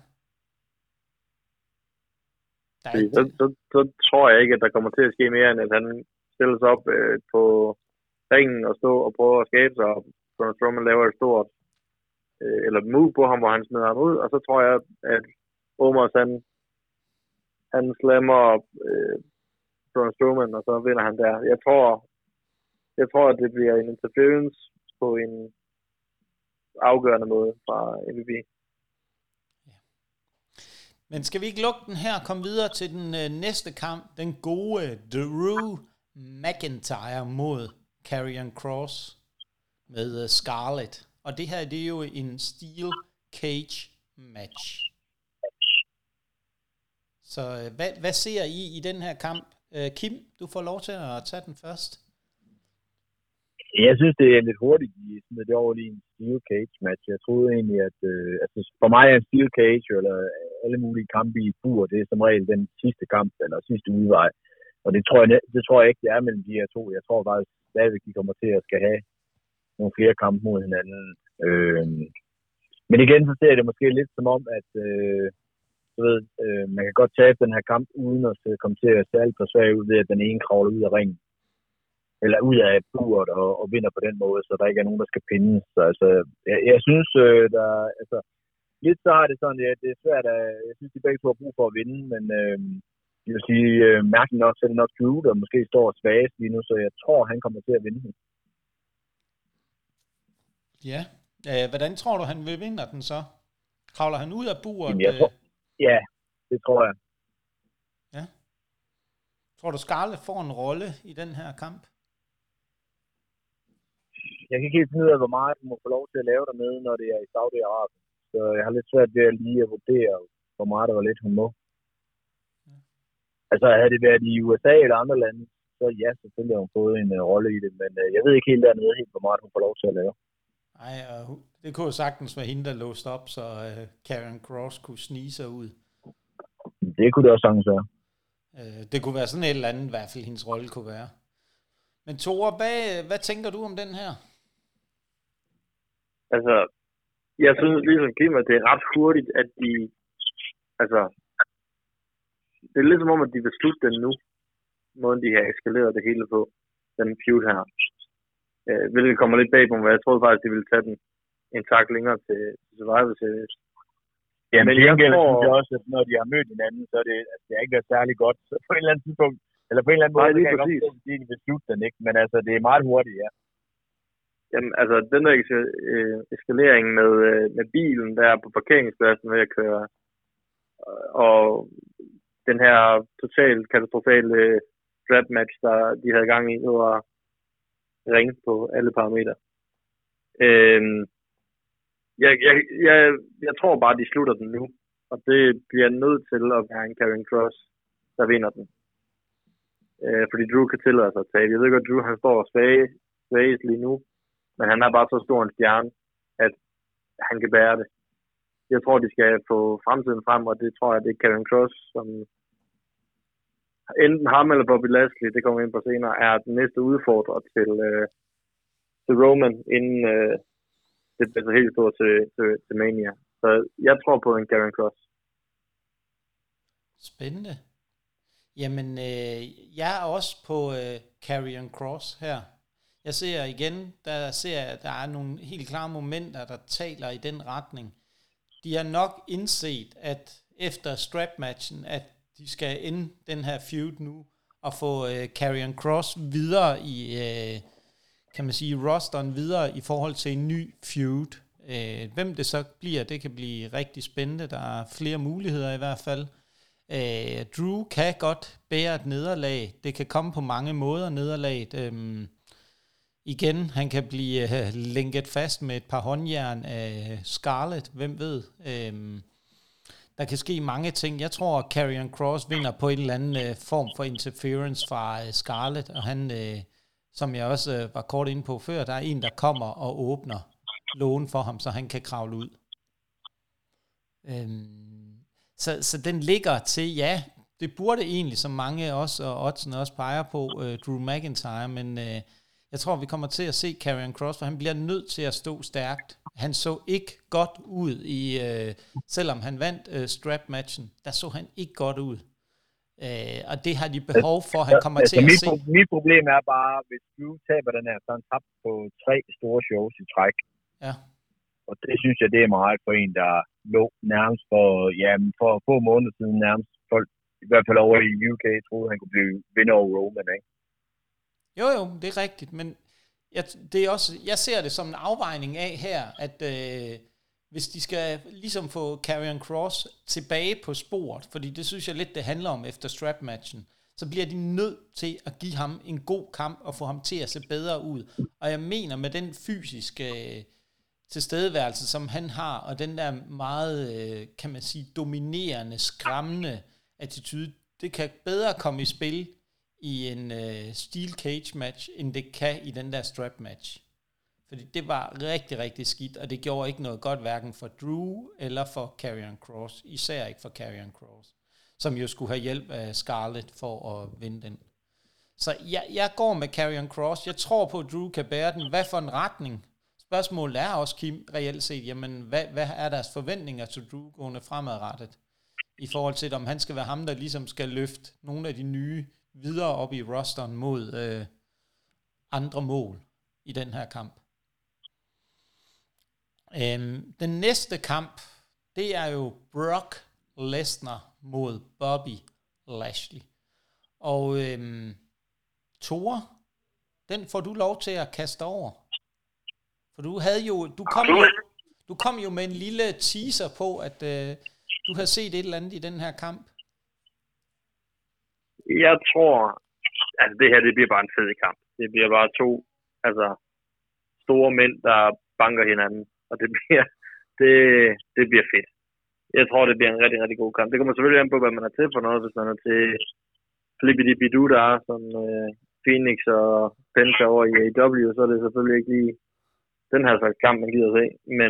Ikke... Så, så, så tror jeg ikke, at der kommer til at ske mere, end at han stiller sig op øh, på ringen og stå og prøve at skabe sig, og Braun Strowman laver et stort øh, eller et move på ham, hvor han smider ham ud, og så tror jeg, at Omos han, han slammer øh, Braun Strowman, og så vinder han der. Jeg tror, jeg tror, at det bliver en interference på en afgørende måde fra M V P. Men skal vi ikke lukke den her og komme videre til den øh, næste kamp, den gode Drew McIntyre mod Karrion Kross med uh, Scarlett. Og det her, det er jo en steel cage match. Så øh, hvad, hvad ser I i den her kamp? Øh, Kim, du får lov til at tage den først. Jeg synes, det er lidt hurtigt i sådan et år lige en steel cage match. Jeg troede egentlig, at øh, altså for mig er en steel cage, eller alle mulige kampe i bur, det er som regel den sidste kamp, eller sidste udvej. Og det tror jeg, det tror jeg ikke, det er mellem de her to. Jeg tror bare, at stadigvæk de kommer til at skal have nogle flere kampe mod hinanden. Øh, men igen, så ser jeg det måske lidt som om, at øh, du ved, øh, man kan godt tabe den her kamp, uden at komme til at se alt for svag ud ved, at den ene kravler ud af ringen. Eller ud af buret og, og vinder på den måde, så der ikke er nogen, der skal pindes. Så altså, jeg, jeg synes, øh, der, altså, lidt så er det sådan, at det er svært, at jeg synes, de begge to har brug for at vinde, men øh, jeg vil sige, øh, mærkeligt nok, så er det nok Drew, der måske står svagest lige nu, så jeg tror, han kommer til at vinde den. Ja, øh, hvordan tror du, han vil vinde den så? Kravler han ud af buret? Jamen, jeg tror, ja, det tror jeg. Ja. Tror du, Scarlett får en rolle i den her kamp? jeg kan ikke helt finde ud af, hvor meget du må få lov til at lave dernede, når det er i Saudi-Arabien. Så jeg har lidt svært ved at lige at vurdere, hvor meget der var lidt, hun må. Altså, havde det været i U S A eller andre lande, så ja, selvfølgelig har hun fået en uh, rolle i det, men uh, jeg ved ikke helt dernede, helt hvor meget hun får lov til at lave. Nej, og det kunne jo sagtens være hende, der låste op, så uh, Karrion Kross kunne snige sig ud. Det kunne det også sagtens være. Uh, det kunne være sådan et eller andet, i hvert fald hendes rolle kunne være. Men Tore, hvad, hvad tænker du om den her? Altså, jeg synes ligesom Kim, at det er ret hurtigt, at de, altså, det er lidt som om, at de vil slutte den nu, måden de har eskaleret det hele på, den feud her. Øh, hvilket kommer lidt bag på mig, jeg troede faktisk, de ville tage den en tak længere til, til Survivor Series. Ja, men jeg tror synes jeg også, at når de har mødt hinanden, så er det, altså, det er ikke været særlig godt, så på en eller anden tidspunkt, eller på en eller anden måde, Nej, kan jeg godt se, at de vil slutte den, ikke? Men altså, det er meget hurtigt, ja. Jamen, altså, den der øh, eskalering med, øh, med bilen der på parkeringspladsen ved at køre, og den her totalt katastrofale strap match, der de havde gang i, det var ringe på alle parametre. Øhm, jeg, jeg, jeg, jeg tror bare, de slutter den nu, og det bliver nødt til at være en Karrion Kross, der vinder den. Øh, fordi Drew kan tillade sig at tage. Jeg ved godt, Drew han står svage, svagest lige nu, men han er bare så stor en stjerne, at han kan bære det. Jeg tror, de skal få fremtiden frem, og det tror jeg, det er Karrion Kross, som enten ham eller Bobby Lashley, det kommer ind på senere, er den næste udfordrer til, øh, til Roman, inden øh, det bliver så helt stort til, til, til Mania. Så jeg tror på en Karrion Kross. Spændende. Jamen, øh, jeg er også på øh, Karrion Kross her. Jeg ser igen, der ser jeg, at der er nogle helt klare momenter, der taler i den retning. De har nok indset, at efter strap-matchen, at de skal ende den her feud nu, og få øh, Karrion Kross videre i, øh, kan man sige, rosteren videre i forhold til en ny feud. Øh, hvem det så bliver, det kan blive rigtig spændende. Der er flere muligheder i hvert fald. Øh, Drew kan godt bære et nederlag. Det kan komme på mange måder, nederlaget. Øh, igen, han kan blive øh, lænket fast med et par håndjern af Scarlett. Hvem ved? Øh, Der kan ske mange ting. Jeg tror, at Karrion Kross vinder på en eller anden øh, form for interference fra øh, Scarlett, og han, øh, som jeg også øh, var kort inde på før, der er en, der kommer og åbner lågen for ham, så han kan kravle ud. Øhm, så, så den ligger til, ja, det burde egentlig, som mange også, og oddsene også peger på, øh, Drew McIntyre, men øh, jeg tror, vi kommer til at se Karrion Kross, for han bliver nødt til at stå stærkt. Han så ikke godt ud i, øh, selvom han vandt øh, strap-matchen, der så han ikke godt ud. Øh, og det har de behov for, han kommer altså, til at mit, se. Mit problem er bare, hvis du taber den her, så han tabt på tre store shows i træk. Ja. Og det synes jeg, det er meget for en, der lå nærmest for, ja, for få måneder siden nærmest. Folk, i hvert fald over i U K, troede, han kunne blive vinder over Roman, ikke? Jo, jo, det er rigtigt, men jeg, det er også, jeg ser det som en afvejning af her, at øh, hvis de skal ligesom få Karrion Kross tilbage på sporet, fordi det synes jeg lidt, det handler om efter strap-matchen, så bliver de nødt til at give ham en god kamp og få ham til at se bedre ud. Og jeg mener med den fysiske øh, tilstedeværelse, som han har, og den der meget, øh, kan man sige, dominerende, skræmmende attitude, det kan bedre komme i spil i en uh, steel cage match, end det kan i den der strap match. Fordi det var rigtig, rigtig skidt, og det gjorde ikke noget godt, hverken for Drew eller for Karrion Kross. Især ikke for Karrion Kross, som jo skulle have hjælp af Scarlett for at vinde den. Så jeg, jeg går med Karrion Kross. Jeg tror på, at Drew kan bære den. Hvad for en retning? Spørgsmålet er også, Kim, reelt set, jamen, hvad, hvad er deres forventninger til Drew gående fremadrettet? I forhold til, om han skal være ham, der ligesom skal løfte nogle af de nye videre op i rosteren mod øh, andre mål i den her kamp. Øhm, den næste kamp, det er jo Brock Lesnar mod Bobby Lashley. Og øhm, Tore, den får du lov til at kaste over. For du havde jo, du kom jo, du kom jo med en lille teaser på, at øh, du havde set et eller andet i den her kamp. Jeg tror, altså det her, det bliver bare en fed kamp. Det bliver bare to, altså store mænd, der banker hinanden. Og det bliver, det, det bliver fedt. Jeg tror, det bliver en rigtig, rigtig god kamp. Det kommer selvfølgelig an på, hvad man er til for noget. Hvis man er til Flippity Bidoo, der er som øh, Phoenix og Penta over i A E W, så er det selvfølgelig ikke lige den her slags kamp, man gider se. Men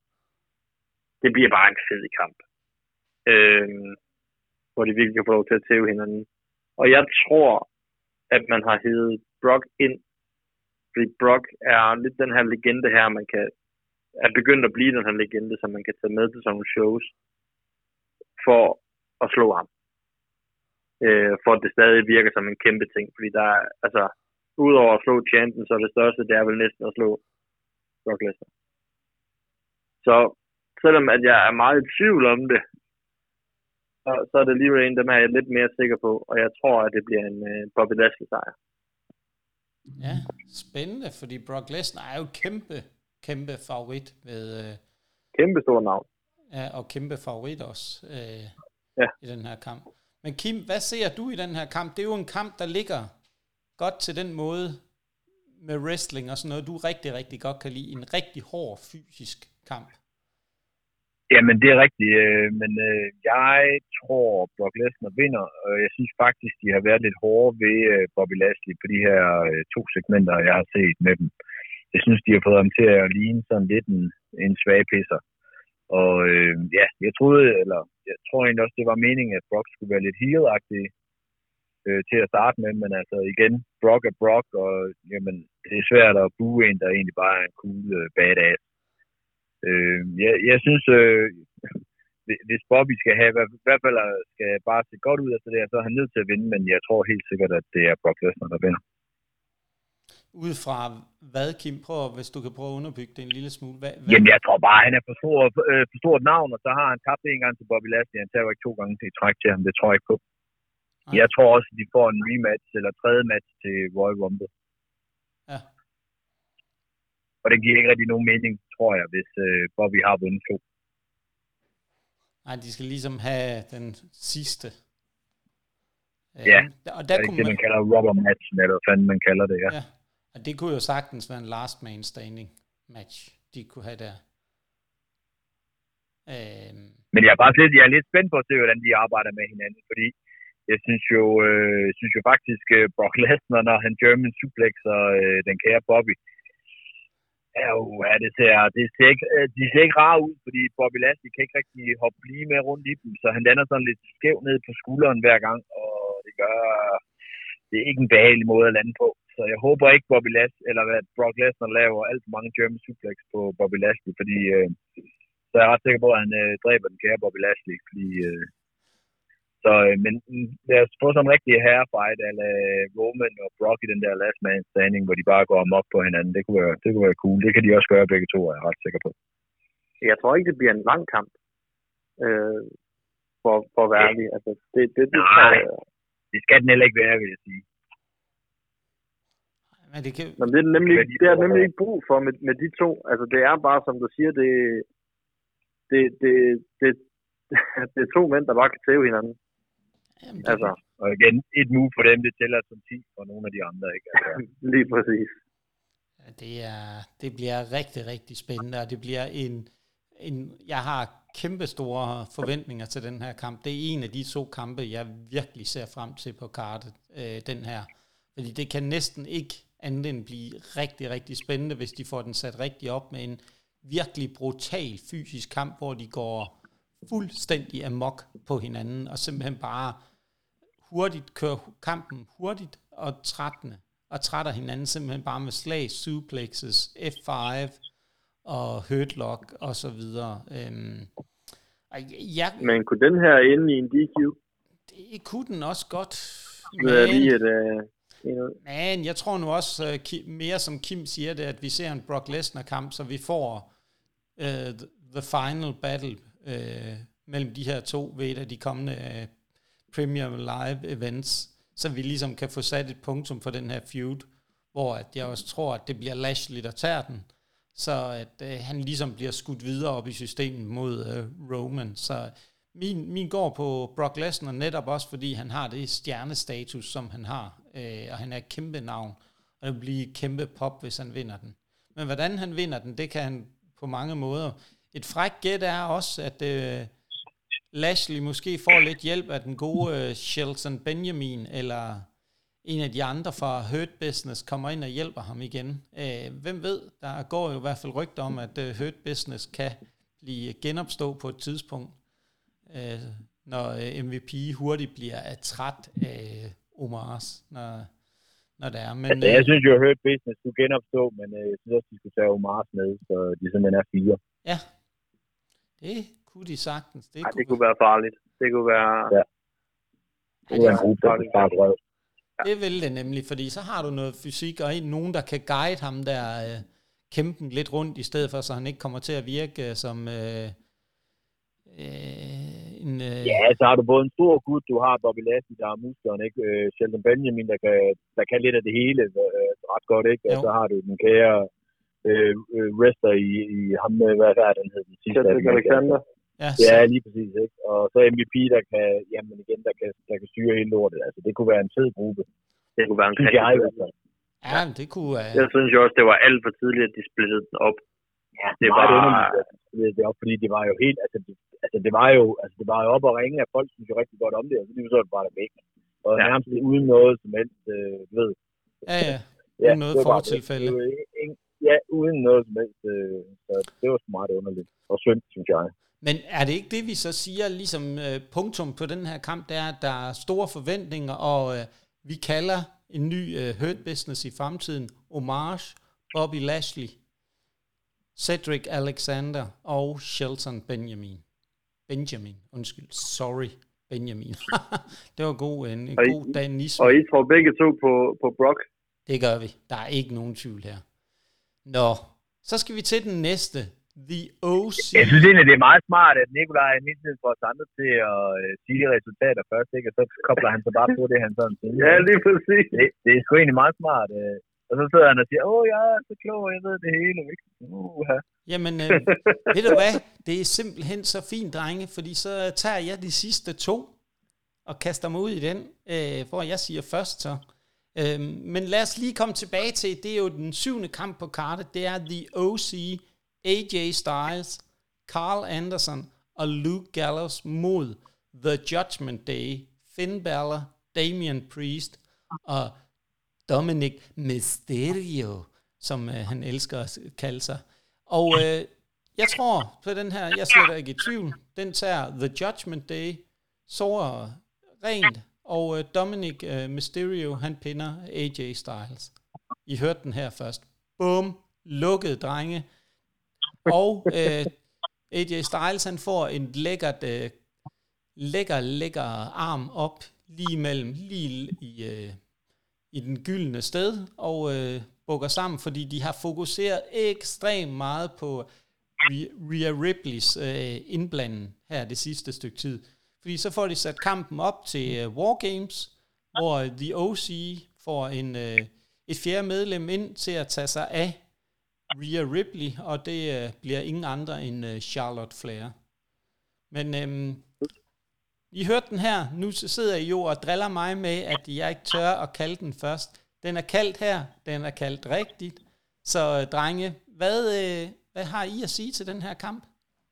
det bliver bare en fed kamp. Øh, hvor de virkelig kan få lov til at tæve hinanden. Og jeg tror, at man har hævet Brock ind, fordi Brock er lidt den her legende her, man kan er begyndt at blive den her legende, som man kan tage med til sådan nogle shows, for at slå ham. Øh, for at det stadig virker som en kæmpe ting, fordi der er, altså, udover at slå champion, så er det største, det er vel næsten at slå Brock Lesnar. Så selvom at jeg er meget i tvivl om det, så, så er det alligevel en, dem er jeg lidt mere sikker på, og jeg tror, at det bliver en uh, Bobby Lashley sejr. Ja, spændende, fordi Brock Lesnar er jo kæmpe, kæmpe favorit ved... Uh, kæmpe stor navn. Ja, og kæmpe favorit også uh, ja. i den her kamp. Men Kim, hvad ser du i den her kamp? Det er jo en kamp, der ligger godt til den måde med wrestling og sådan noget, du rigtig, rigtig godt kan lide. En rigtig hård fysisk kamp. Jamen, det er rigtigt, øh, men øh, jeg tror, Brock Lesnar vinder, og jeg synes faktisk, de har været lidt hårde ved øh, Bobby Lashley på de her øh, to segmenter, jeg har set med dem. Jeg synes, de har fået ham til at ligne sådan lidt en, en svag pisser. Og øh, ja, jeg troede, eller jeg tror egentlig også, det var meningen, at Brock skulle være lidt heel-agtig øh, til at starte med, men altså igen, Brock er Brock, og jamen, det er svært at bue en, der egentlig bare er en cool øh, badass. Øh, jeg, jeg synes, øh, hvis Bobby skal have, i hvert fald skal bare se godt ud efter det her, så er han nødt til at vinde, men jeg tror helt sikkert, at det er Brock Lesnar, der vinder. Ud fra hvad, Kim? Prøv, hvis du kan prøve at underbygge det en lille smule. Hvad, hvad? Jamen, jeg tror bare, han er for, stor, øh, for stort navn, og så har han tabt en gang til Bobby Lashley. Han tager jo ikke to gange til træk til ham, det tror jeg ikke på. Nej. Jeg tror også, at de får en rematch, eller tredje match til Royal Rumble. Ja. Og det giver ikke rigtig nogen mening, tror jeg, hvis øh, Bobby har vundet to. Nej, de skal ligesom have den sidste. Ja, og der det er kunne det, man, man kalder rubber matchen, eller hvad fanden man kalder det, ja. ja. Og det kunne jo sagtens være en last man standing match, de kunne have der. Øhm. Men jeg er bare lidt, jeg er lidt spændt på at se, hvordan de arbejder med hinanden, fordi jeg synes jo, øh, synes jo faktisk, uh, Brock Lesnar, når han German suplexer øh, den kære Bobby, er jo, ja, det ser, det ser ikke, de ser ikke rare ud, fordi Bobby Lashley kan ikke rigtig hoppe lige med rundt i dem, så han lander sådan lidt skæv ned på skulderen hver gang, og det gør, det er ikke en behagelig måde at lande på. Så jeg håber ikke, Bobby Lashley, eller at Brock Lesnar laver alt for mange German suplex på Bobby Lashley, fordi øh, så er jeg ret sikker på, at han øh, dræber den kære Bobby Lashley, fordi øh, så, øh, men lad os få sådan en rigtig herrefight, eller Roman og Brock i den der last man standing, hvor de bare går amok på hinanden. Det kunne være, det kunne være cool. Det kan de også gøre begge to, er jeg ret sikker på. Jeg tror ikke, det bliver en lang kamp, øh, for, for at være ærlig. Altså, det, det, det, Nej, tror jeg, det skal den heller ikke være, vil jeg sige. Men det, kan... Men det er nemlig, det er nemlig ikke brug for med, med de to. Altså, det er bare, som du siger, det, det, det, det, det er to mænd, der bare kan tæve hinanden. Jamen, det... Altså. Og igen, et move for dem, det tæller som ti for nogle af de andre, ikke? Altså. Lige præcis. Ja, det, er, det bliver rigtig, rigtig spændende, og det bliver en, en... Jeg har kæmpe store forventninger til den her kamp. Det er en af de to kampe, jeg virkelig ser frem til på kartet, øh, den her. Fordi det kan næsten ikke andet end blive rigtig, rigtig spændende, hvis de får den sat rigtig op med en virkelig brutal fysisk kamp, hvor de går fuldstændig amok på hinanden, og simpelthen bare hurtigt kører kampen hurtigt og trættende, og trætter hinanden simpelthen bare med slag, suplexes, F fem og hurtlock og så videre. Øhm, og jeg, Men kunne den her ende i en D Q? Det kunne den også godt. Men, det er lige et... Uh... Men jeg tror nu også, uh, mere som Kim siger det, at vi ser en Brock Lesnar-kamp, så vi får uh, the final battle uh, mellem de her to ved et af de kommende uh, Premier Live events, så vi ligesom kan få sat et punktum for den her feud, hvor at jeg også tror, at det bliver Lashley, der tager den, så at uh, han ligesom bliver skudt videre op i systemet mod uh, Roman. Så Min, min går på Brock Lesnar netop også, fordi han har det stjernestatus, som han har, øh, og han er et kæmpe navn, og det vil blive kæmpe pop, hvis han vinder den. Men hvordan han vinder den, det kan han på mange måder. Et frækt gæt er også, at øh, Lashley måske får lidt hjælp af den gode øh, Shelton Benjamin, eller en af de andre fra Hurt Business kommer ind og hjælper ham igen. Øh, hvem ved, der går jo i hvert fald rygter om, at øh, Hurt Business kan blive genopstå på et tidspunkt, øh, når øh, M V P hurtigt bliver træt af Omars, når, når det er. Men, altså, jeg synes jo, at Hurt Business skulle genopstå, men øh, jeg synes også, de skulle tage Omars med, så de simpelthen er fire. Ja, det kunne de sagtens. Det, Ej, kunne, det kunne være farligt. Det kunne være... Ja. Det er en gruppe, der er bare rød. Det vil det nemlig, fordi så har du noget fysik, og en, nogen, der kan guide ham der, øh, kæmpen lidt rundt, i stedet for, så han ikke kommer til at virke øh, som øh, øh, en... Øh... Ja, så har du både en stor gut, du har Bobby Lashley, der har musklerne, ikke? Øh, Shelton Benjamin, der kan, der kan lidt af det hele øh, ret godt, ikke? Og så har du den kære øh, øh, wrestler i, i ham, hvad er den hed? Cedric Alexander. Ja, ja, lige præcis, ikke? Og så M V P, der kan, jamen igen, der kan, der kan styre hele lortet. Altså, det kunne være en fed gruppe. Det kunne være en synes jeg, gruppe. Ja, det kunne være... Jeg synes jo også, det var alt for tidligt, at de splittede den op. Ja, det var jo underligt. Det var, fordi det var jo helt, altså det, altså det var jo, altså det var jo op og ringe, at folk synes jo rigtig godt om det, og så lige så det bare der væk. Og ja. Nærmest uden noget som helst, øh, du ved. Ja, ja. Uden ja, noget fortilfælde. Ja, uden noget som helst. Øh, så det var så meget underligt. Og synd, synes jeg. Men er det ikke det, vi så siger, ligesom øh, punktum på den her kamp, det er, at der er store forventninger, og øh, vi kalder en ny øh, Hurt Business i fremtiden Omars, Bobby Lashley, Cedric Alexander og Shelton Benjamin. Benjamin, undskyld, sorry, Benjamin. Det var god, en, en god danisme. Og I tror begge to på, på Brock? Det gør vi. Der er ikke nogen tvivl her. Nå, så skal vi til den næste. The O C. Jeg synes egentlig, det er meget smart, at Nikolaj er mindst for os andre til at øh, sige resultater først, ikke? Og så kobler han så bare på det, han sådan siger. Ja, lige præcis. Det, det er sgu egentlig meget smart. Øh. Og så sidder han og siger, åh, jeg er så klog, jeg ved det hele. Uh, ja. Jamen, øh, ved du hvad? Det er simpelthen så fint, drenge, fordi så tager jeg de sidste to og kaster mig ud i den, øh, hvor jeg siger først så. Øh, men lad os lige komme tilbage til, det er jo den syvende kamp på kartet, det er The O C, A J Styles, Carl Anderson og Luke Gallows mod The Judgment Day, Finn Balor, Damian Priest og Dominic Mysterio, som øh, han elsker at kalde sig. Og øh, jeg tror på den her, jeg slet ikke i tvivl, den tager The Judgment Day, sårer rent, og øh, Dominic øh, Mysterio, han pinder A J Styles. I hørte den her først. Bum, lukket, drenge. Og øh, A J Styles, han får en lækkert, øh, lækker, lækker arm op lige imellem, lige i, øh, i den gyldne sted, og øh, bukker sammen, fordi de har fokuseret ekstremt meget på Rhea Ripleys øh, indblanden her det sidste stykke tid. Fordi så får de sat kampen op til øh, War Games, hvor The O C får en, øh, et fjerde medlem ind til at tage sig af Rhea Ripley, og det øh, bliver ingen andre end øh, Charlotte Flair. Men øhm, I hørte den her, nu sidder I jo og driller mig med, at jeg ikke tør at kalde den først. Den er kaldt her, den er kaldt rigtigt. Så øh, drenge, hvad, øh, hvad har I at sige til den her kamp?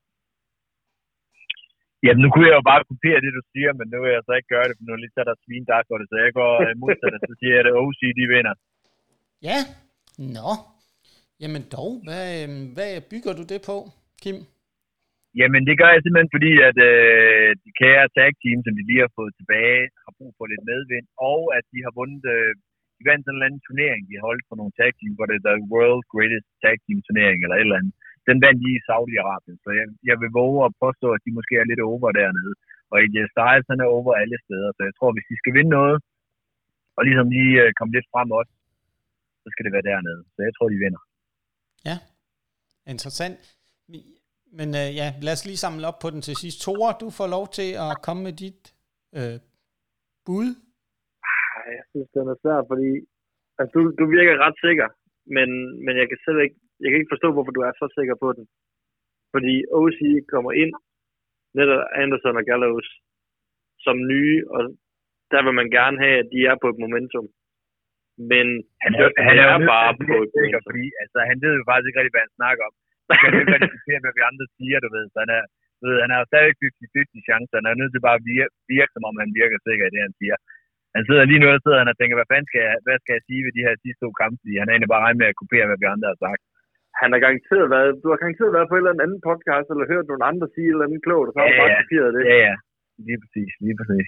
Jamen, nu kunne jeg jo bare kopiere det, du siger, men nu vil jeg så ikke gøre det, for nu er lige så der svin, der går det, så jeg går modsat, så siger jeg, at O C, de vinder. Ja, nå. Jamen dog, hvad, hvad bygger du det på, Kim? Jamen, det gør jeg simpelthen, fordi at øh, de kære tag team, som de lige har fået tilbage, har brug for lidt medvind, og at de har vundet, øh, de vandt sådan en eller anden turnering, de har holdt for nogle tag team, hvor det er The World Greatest Tag Team turnering, eller et eller andet. Den vandt de i Saudi-Arabien, så jeg, jeg vil våge at påstå, at de måske er lidt over dernede. Og A J Styles, han er over alle steder, så jeg tror, hvis de skal vinde noget, og ligesom lige øh, komme lidt frem også, så skal det være dernede. Så jeg tror, de vinder. Ja, interessant. Men øh, ja, lad os lige samle op på den til sidst. Tore, du får lov til at komme med dit øh, bud. Jeg synes, den er svært, fordi altså, du, du virker ret sikker, men, men jeg kan selv ikke, jeg kan ikke forstå, hvorfor du er så sikker på den. Fordi O C kommer ind, netop Anderson og Gallows, som nye, og der vil man gerne have, at de er på et momentum. Men han, er, han er, er bare på et sikker, fordi altså, han ved jo faktisk ikke rigtig, hvad han snakker om. Så kan jo ikke rigtig diskutere, hvad vi andre siger, du ved. Så han er, du ved, han har stadig halvtreds halvtreds chancer. Han er nødt til bare at virke, virke, som om han virker sikker i det, han siger. Han sidder lige nu, og sidder han og tænker, hvad fanden skal jeg, hvad skal jeg sige ved de her sidste to kampe? Fordi han er egentlig bare regnet med at kopiere, hvad vi andre har sagt. Han har garanteret været, du har garanteret været på en eller anden podcast, eller hørt nogle andre sige et eller andet klogt, og så har ja, du bare kopieret det. Ja, ja. Lige præcis, lige præcis.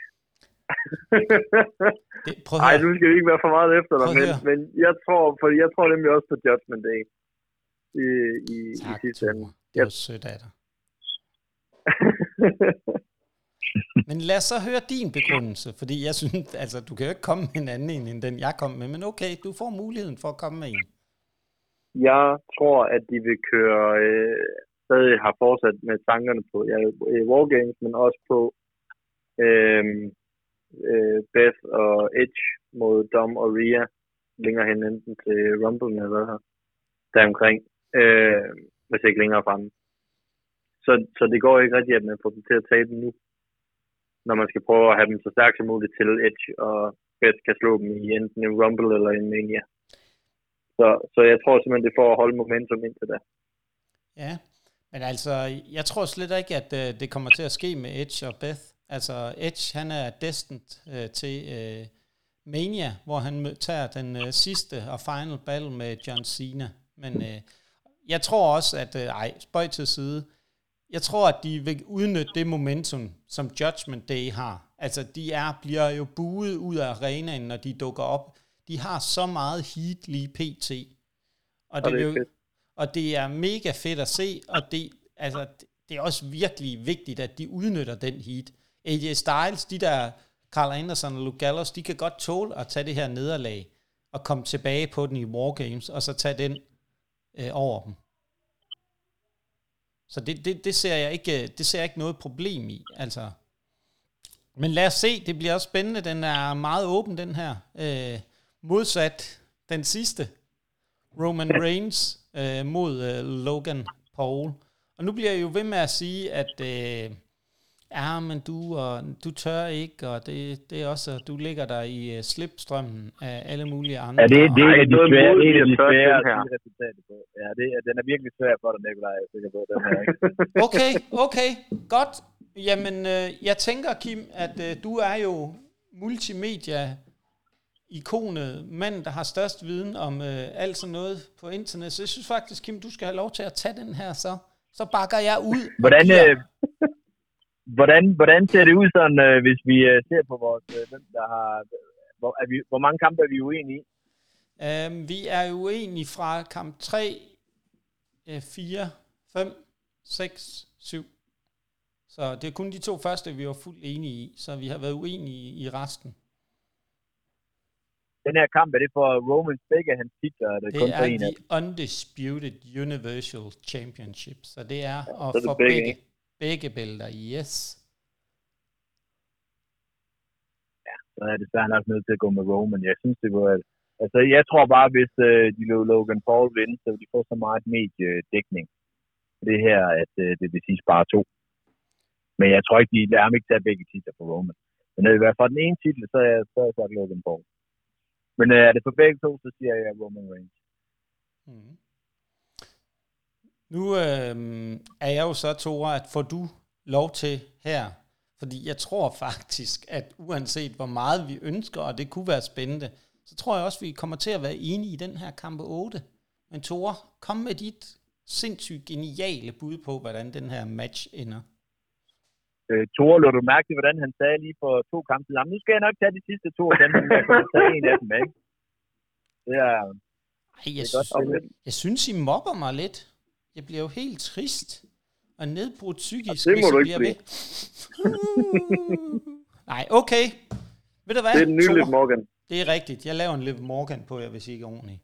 det, Ej, nu skal vi ikke være for meget efter dig, men, men jeg tror, fordi jeg tror nemlig også på Judgment Day i, i, tak, i sidste ende. Det var sødt af dig. Men lad os så høre din begrundelse, fordi jeg synes, altså du kan jo ikke komme med en anden end den, jeg kom med, men okay, du får muligheden for at komme med en. Jeg tror, at de vil køre, øh, stadig har fortsat med tankerne på ja, Wargames, men også på øh, øh, Beth og Edge mod Dom og Rhea, længere hen enten til Rumble eller hvad her, deromkring, øh, hvis ikke længere fremme. Så, så det går ikke rigtigt, at man får dem til at tabe nu, når man skal prøve at have dem så stærkt som muligt til Edge, og Beth kan slå dem i enten en Rumble eller en Mania. Så, så jeg tror simpelthen, det får at holde momentum indtil da. Ja, men altså, jeg tror slet ikke, at uh, det kommer til at ske med Edge og Beth. Altså, Edge, han er destined uh, til uh, Mania, hvor han tager den uh, sidste og final battle med John Cena. Men uh, jeg tror også, at, uh, ej, spøj til side, jeg tror, at de vil udnytte det momentum, som Judgment Day har. Altså, de er, bliver jo buet ud af arenaen, når de dukker op. De har så meget heat lige pt. Og det, og, det er jo, og det er mega fedt at se, og det, altså, det er også virkelig vigtigt, at de udnytter den heat. A J Styles, de der Carl Anderson og Luke Gallows, de kan godt tåle at tage det her nederlag, og komme tilbage på den i Wargames, og så tage den øh, over dem. Så det, det, det, ser jeg ikke, det ser jeg ikke noget problem i, altså. Men lad os se, det bliver også spændende, den er meget åben, den her. Øh, modsat den sidste, Roman Reigns øh, mod øh, Logan Paul. Og nu bliver jeg jo ved med at sige, at øh, ja, men du, og, du tør ikke, og det, det er også, du ligger der i uh, slipstrømmen af alle mulige andre. Ja, det, det er en af de svære, det er de svære resultater på. Ja, det, den er virkelig svær for dig, Nikolaj, jeg er sikker på, den her, ikke? Okay, okay, godt. Jamen, øh, jeg tænker, Kim, at øh, du er jo multimedia-ikonet, mand, der har størst viden om øh, alt sådan noget på internet. Så jeg synes faktisk, Kim, du skal have lov til at tage den her, så, så bakker jeg ud. Hvordan, øh, hvordan, hvordan ser det ud sådan, øh, hvis vi øh, ser på vores, øh, hvem der har, hvor, er vi, hvor mange kampe er vi uenige i? Um, vi er uenige fra kamp tre, fire, fem, seks, syv. Så det er kun de to første, vi var fuldt enige i, så vi har været uenige i resten. Den her kamp, er det for Romans begge hans titler? Er det det kun er for en the af? Undisputed Universal Championship, så det er ja, og for begge, begge, begge bælter, yes. Ja, så er det svært nok nødt til at gå med Roman. Jeg synes, det var... Altså, jeg tror bare, hvis øh, de lå Logan Paul vinde, så vil de få så meget mediedækning for det her, at øh, det vil sige bare to. Men jeg tror ikke, de lader ham ikke tage begge titler på Roman. Men når det er for den ene titel, så er jeg så er jeg sagt Logan Paul. Men øh, er det for begge to, så siger jeg Roman Reigns. Mm. Nu øh, er jeg jo så, Tore, at får du lov til her, fordi jeg tror faktisk, at uanset hvor meget vi ønsker, og det kunne være spændende, så tror jeg også, at vi kommer til at være enige i den her kamp otte. Men Tore, kom med dit sindssygt geniale bud på, hvordan den her match ender. Øh, Tore, lå du mærke til, hvordan han sagde lige for to kampe til ham? Nu skal jeg nok tage de sidste to, og den jeg kommer tage en af dem, ikke? Det er... Ej, jeg, det er synes, jeg synes, I mobber mig lidt. Jeg bliver jo helt trist og nedbrudt psykisk, ja, det må hvis du jeg ikke bliver ved. Nej, okay. Ved du hvad, det er den nye Liv Morgan. Det er rigtigt. Jeg laver en Liv Morgan på jer, hvis I ikke er ordentligt.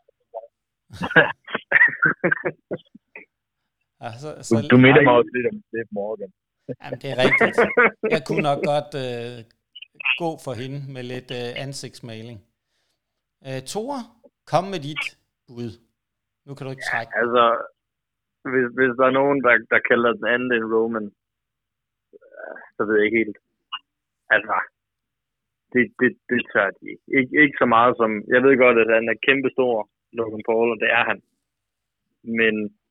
altså, så, du du minder mig også lidt om Liv Morgan. Jamen, det er rigtigt. Jeg kunne nok godt øh, gå for hende med lidt øh, ansigtsmaling. Øh, Tore, kom med dit bud. Nu kan du ikke trække. Ja, altså, hvis, hvis der er nogen, der, der kalder den anden en Roman, så ved jeg ikke helt. Altså, det, det, det tør de ikke. ikke. Ikke så meget som, jeg ved godt, at han er kæmpestor, Logan Paul, og det er han. Men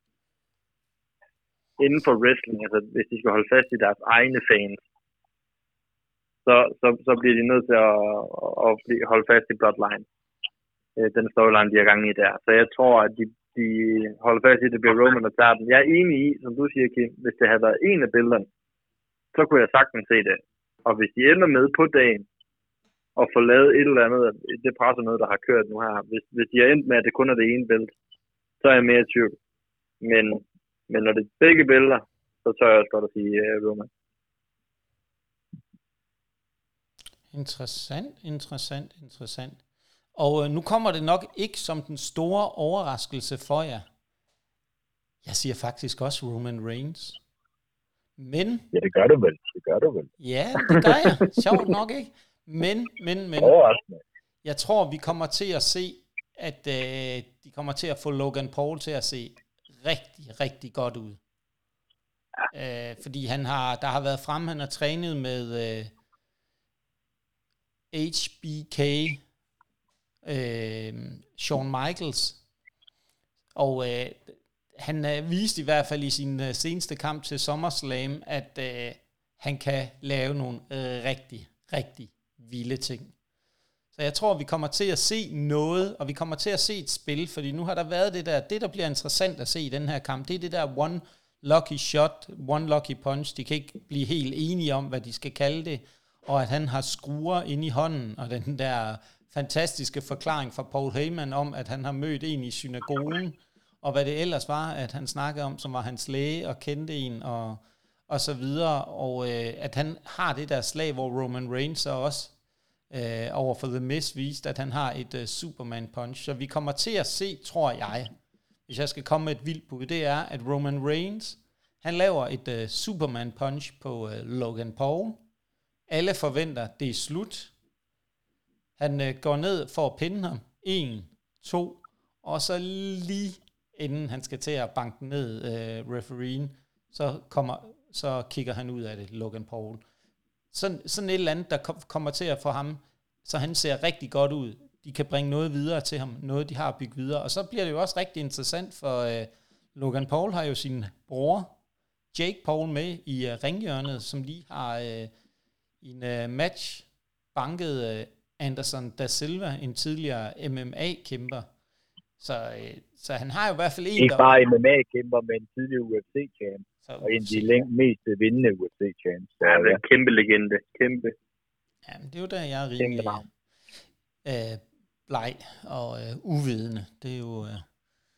inden for wrestling, altså hvis de skal holde fast i deres egne fans, så, så, så bliver de nødt til at, at blive, holde fast i Bloodline. Den storyline, de er gang i der. Så jeg tror, at de, de holder fast i, at det bliver Roman, der tager den. Jeg er enig i, som du siger, Kim, hvis det havde været en af billederne, så kunne jeg sagtens se det. Og hvis de ender med på dagen, og får lavet et eller andet, det presser noget, der har kørt nu her. Hvis, hvis de er endt med, at det kun er det ene billede, så er jeg mere i tvivl. Men, men når det er begge billeder, så tør jeg også godt at sige uh, Roman. Interessant, interessant, interessant. Og øh, nu kommer det nok ikke som den store overraskelse for jer. Jeg siger faktisk også Roman Reigns. Men... Ja, det gør du vel. Det gør du vel. Ja, det gør jeg. Sjovt nok, ikke? Men, men, men... Jeg tror, vi kommer til at se, at øh, de kommer til at få Logan Paul til at se rigtig, rigtig godt ud. Ja. Øh, fordi han har, der har været frem, han har trænet med øh, H B K, øh, Shawn Michaels, og øh, han øh, viste i hvert fald i sin øh, seneste kamp til SummerSlam, at øh, han kan lave nogle øh, rigtig, rigtig vilde ting. Så jeg tror, vi kommer til at se noget, og vi kommer til at se et spil, fordi nu har der været det der, det der bliver interessant at se i den her kamp, det er det der one lucky shot, one lucky punch. De kan ikke blive helt enige om, hvad de skal kalde det, og at han har skruer inde i hånden, og den der fantastiske forklaring fra Paul Heyman om, at han har mødt en i synagogen, og hvad det ellers var, at han snakkede om, som var hans læge, og kendte en, og, og så videre, og øh, at han har det der slag, hvor Roman Reigns så også øh, over for The Miz viste, at han har et øh, Superman punch. Så vi kommer til at se, tror jeg, hvis jeg skal komme med et vildt bud, det er, at Roman Reigns, han laver et øh, Superman punch på øh, Logan Paul. Alle forventer, det er slut. Han øh, går ned for at pinde ham. En, to, og så lige inden han skal til at banke den ned, øh, refereen, så, kommer, så kigger han ud af det, Logan Paul. Sådan, sådan et eller andet, der kom, kommer til at få ham, så han ser rigtig godt ud. De kan bringe noget videre til ham, noget de har bygget videre. Og så bliver det jo også rigtig interessant, for øh, Logan Paul har jo sin bror, Jake Paul, med i øh, ringhjørnet, som lige har øh, i en øh, match banket øh, Anderson da Silva, en tidligere M M A-kæmper. Så, øh, så han har jo i hvert fald en, ikke bare M M A-kæmper, men en tidligere U F C-champ. Og en af de læng- mest vindende U F C-champs. Ja, det er en kæmpe legende. Kæmpe. Ja, men det er jo der, jeg er rimelig øh, bleg og øh, uvidende. Det er jo... Øh.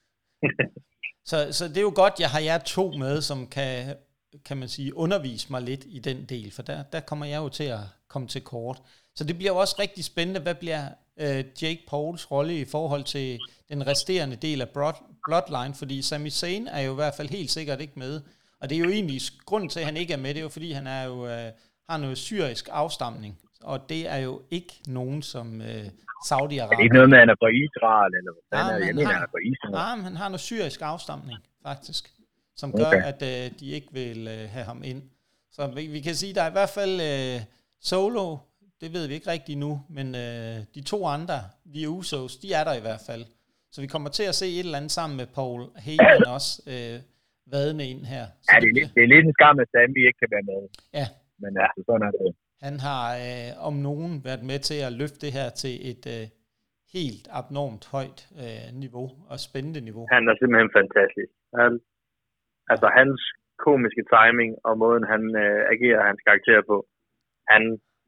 så, så det er jo godt, jeg har jer to med, som kan, kan man sige, undervise mig lidt i den del, for der, der kommer jeg jo til at komme til kort. Så det bliver jo også rigtig spændende, hvad bliver øh, Jake Pauls rolle i forhold til den resterende del af Bloodline, fordi Sami Zayn er jo i hvert fald helt sikkert ikke med. Og det er jo egentlig grunden til, at han ikke er med, det er jo fordi, han er jo, øh, har noget syrisk afstamning. Og det er jo ikke nogen som øh, Saudi-Arabien. Det er ikke noget med, at han er fra Israel, eller hvad? Nej, han er, jeg mener, han er fra Israel. Nej, men han har noget syrisk afstamning, faktisk, som gør, okay. at øh, de ikke vil øh, have ham ind. Så vi, vi kan sige, der er i hvert fald øh, Solo, det ved vi ikke rigtigt nu, men øh, de to andre, vi er Usos, de er der i hvert fald. Så vi kommer til at se et eller andet sammen med Paul Heyman også, øh, vadende ind her. Så ja, det er, lidt, det er lidt en skam, at Sami ikke kan være med. Ja. Men ja, sådan er det. Han har øh, om nogen været med til at løfte det her til et øh, helt abnormt højt øh, niveau og spændende niveau. Han er simpelthen fantastisk. Han, altså hans komiske timing og måden, han øh, agerer hans karakter på. Han,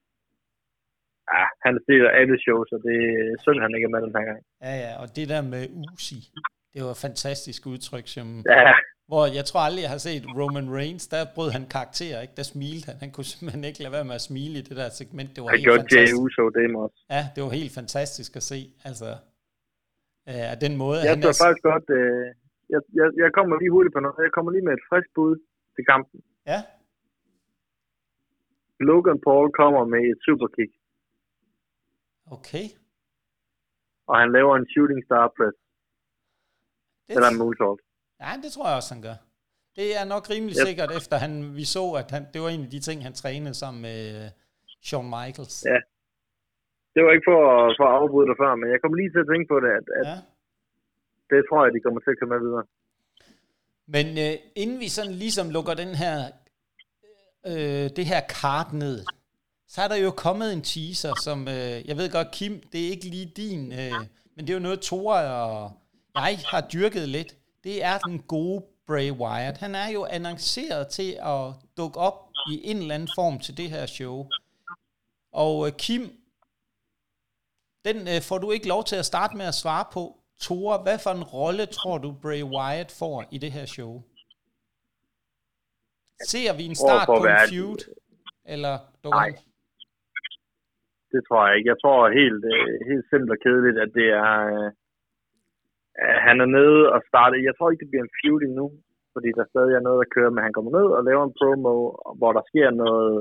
ja, han stiller alle shows, og det er synd, han ikke er med den her gang. Ja, ja, og det der med Uzi, det var et fantastisk udtryk, som... Ja. Hvor jeg tror aldrig, jeg har set Roman Reigns, der brød han karakter, ikke? Der smilte han. Han kunne simpelthen ikke lade være med at smile i det der segment. Det var jeg helt fantastisk. Jey Uso det også. Ja, det var helt fantastisk at se. Altså, øh, den måde... Jeg han tror er... faktisk godt... Øh, jeg, jeg, jeg kommer lige hurtigt på noget. Jeg kommer lige med et frisk bud til kampen. Ja. Logan Paul kommer med et superkick. Okay. Og han laver en shooting star press. Det eller en moonsault. Ja, det tror jeg også, han gør. Det er nok rimelig yep. sikkert, efter han, vi så, at han, det var en af de ting, han trænede sammen med uh, Shawn Michaels. Ja. det var ikke for at, for at afbryde dig før, men jeg kommer lige til at tænke på det, at, at Ja. det tror jeg, de kommer til at komme med videre. Men øh, inden vi sådan ligesom lukker den her, øh, det her kart ned, så er der jo kommet en teaser, som, øh, jeg ved godt, Kim, det er ikke lige din, øh, men det er jo noget, Tore og jeg har dyrket lidt. Det er den gode Bray Wyatt. Han er jo annonceret til at dukke op i en eller anden form til det her show. Og øh, Kim, den øh, får du ikke lov til at starte med at svare på. Tore, hvad for en rolle tror du, Bray Wyatt får i det her show? Ser vi en start på en feud? Eller nej, det tror jeg ikke. Jeg tror helt, helt simpelt og kedeligt, at det er, at han er nede og starter. Jeg tror ikke, det bliver en feud endnu, fordi der stadig er noget at køre, men han kommer ned og laver en promo, hvor der sker noget,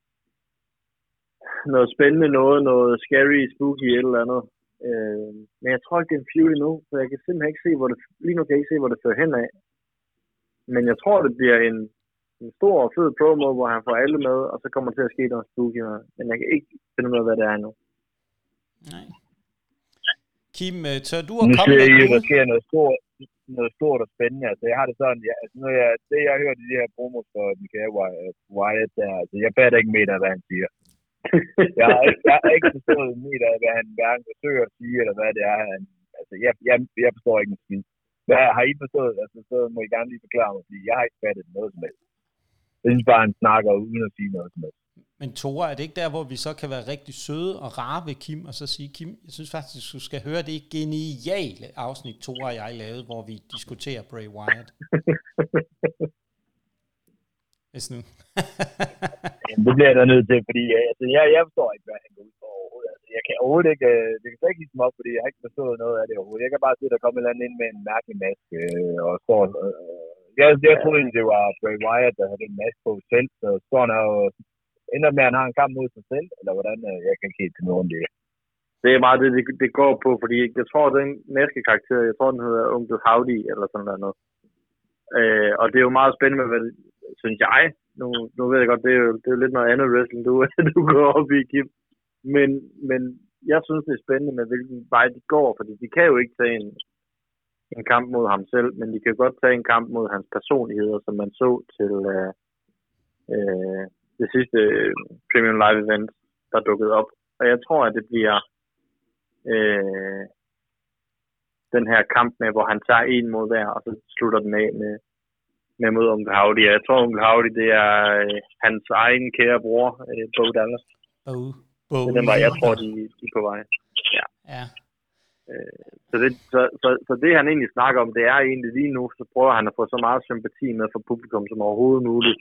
noget spændende, noget, noget scary, spooky, et eller andet. Øh, men jeg tror ikke, det er en feud endnu, så jeg kan simpelthen ikke se, hvor det, lige nu kan jeg ikke se, hvor det fører hen af. Men jeg tror, det bliver en, en stor og fed promo, hvor han får alle med, og så kommer til at ske noget spooky. Men jeg kan ikke finde ud af, hvad det er endnu. Nej. Kim, tør du at nu komme med Nu der sker noget stort, noget stort og spændende. Altså, jeg har det sådan, ja, altså, når jeg, det jeg har hørt i de her promos for Michael Wyatt, der, altså, jeg fatter ikke meter af, hvad han siger. jeg, har ikke, jeg har ikke forstået en meter af, hvad han hverken forsøger at sige, eller hvad det er. Han, altså, jeg, jeg, jeg forstår ikke en skid. Hvad har I forstået? Altså, så må I gerne lige forklare mig, fordi jeg har ikke fattet noget som helst. Jeg synes bare, han snakker uden at sige noget som helst. Men Tore, er det ikke der, hvor vi så kan være rigtig søde og rare ved Kim, og så sige, Kim, jeg synes faktisk, du skal høre det geniale afsnit, Tore og jeg lavede, hvor vi diskuterer Bray Wyatt. Hvis nu. Det bliver jeg da nødt til, fordi altså, jeg, jeg forstår ikke, hvad han går ud for overhovedet. Altså, jeg kan overhovedet ikke, det kan ikke hisse mig op, fordi jeg har ikke forstået noget af det overhovedet. Jeg kan bare se, der kommer et eller andet ind med en mærkelig maske, øh, og står, øh, jeg, jeg troede egentlig, det var Bray Wyatt, der havde en maske på selv, så står han jo, ender med, at han har en kamp mod sig selv, eller hvordan, jeg kan ikke helt til nogen det. Det er meget det, det, det går på, fordi jeg tror, den maskekarakter, jeg tror, den hedder Onkel Howdy, eller sådan noget. Øh, og det er jo meget spændende, hvad det, synes jeg. Nu, nu ved jeg godt, det er jo, det er jo lidt noget andet wrestling, du, du går op i, Kim. Men, men jeg synes, det er spændende med, hvilken vej de går, fordi de kan jo ikke tage en, en kamp mod ham selv, men de kan jo godt tage en kamp mod hans personligheder, som man så til øh, øh, det sidste Premium Live Event, der dukkede op. Og jeg tror, at det bliver øh, den her kamp med, hvor han tager en mod hver, og så slutter den af med med mod Onkel Howdy. Jeg tror, Onkel Howdy, det er øh, hans egen kære bror, øh, Bo Dallas. Bo. Bo. Det er den vej, jeg tror, de, de er på vej. Ja. Ja. Øh, så, det, så, så, så det, han egentlig snakker om, det er egentlig lige nu, så prøver han at få så meget sympati med for publikum som overhovedet muligt.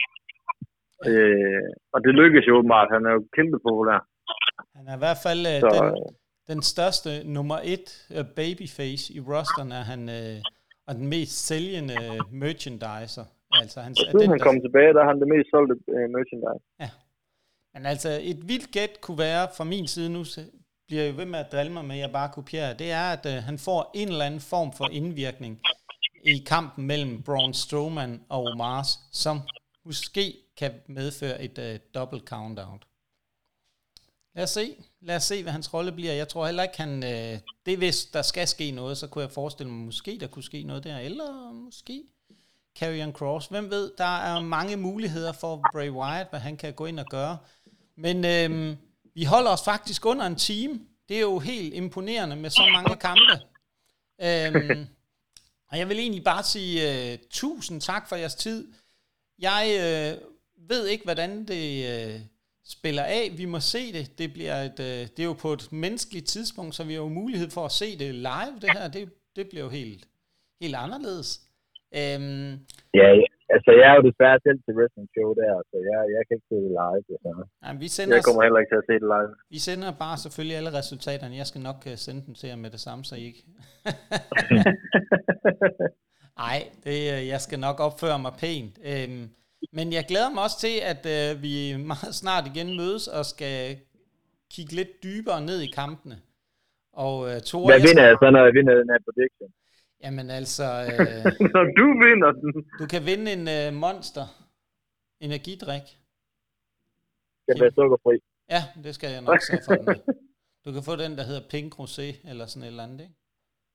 Øh, og det lykkes jo åbenbart. Han er jo kæmpe populær. Han er i hvert fald øh, så, den, den største nummer et uh, babyface i rosteren, er han... Øh, og den mest sælgende merchandiser. Altså, han, siden den, han kom der... tilbage, der er han det mest solgte uh, merchandise. Ja. Men altså, et vildt gæt kunne være, fra min side nu, bliver jeg ved med at drille mig med, at jeg bare kopierer, det er, at uh, han får en eller anden form for indvirkning i kampen mellem Braun Strowman og Omars, som måske kan medføre et uh, double count-out. Lad os se. Lad os se, hvad hans rolle bliver. Jeg tror heller ikke, han... Øh, det hvis der skal ske noget, så kunne jeg forestille mig, måske der kunne ske noget der. Eller måske Karrion Kross. Hvem ved, der er mange muligheder for Bray Wyatt, hvad han kan gå ind og gøre. Men øh, vi holder os faktisk under en time. Det er jo helt imponerende med så mange kampe. Øh, og jeg vil egentlig bare sige uh, tusind tak for jeres tid. Jeg øh, ved ikke, hvordan det... Øh, spiller af. Vi må se det. Det bliver et, øh, det er jo på et menneskeligt tidspunkt, så vi har jo mulighed for at se det live. Det her, det, det bliver jo helt, helt anderledes. Øhm, ja, altså jeg er jo desværre selv til wrestling show der, så jeg, jeg kan ikke se det live. Så. Ja, vi sender, jeg kommer heller ikke til at se det live. Vi sender bare selvfølgelig alle resultaterne. Jeg skal nok uh, sende dem til jer med det samme, så I ikke... Nej, det, jeg skal nok opføre mig pænt. Øhm, Men jeg glæder mig også til, at øh, vi meget snart igen mødes og skal kigge lidt dybere ned i kampene. Og øh, Tore... Hvad vinder jeg så, når jeg vinder den her prediction? Jamen altså... Øh, når du vinder den. Du kan vinde en øh, Monster energidrik. Skal være sukkerfri. Ja, det skal jeg nok sørge for den. Du kan få den, der hedder Pink Rosé, eller sådan et eller andet, ikke?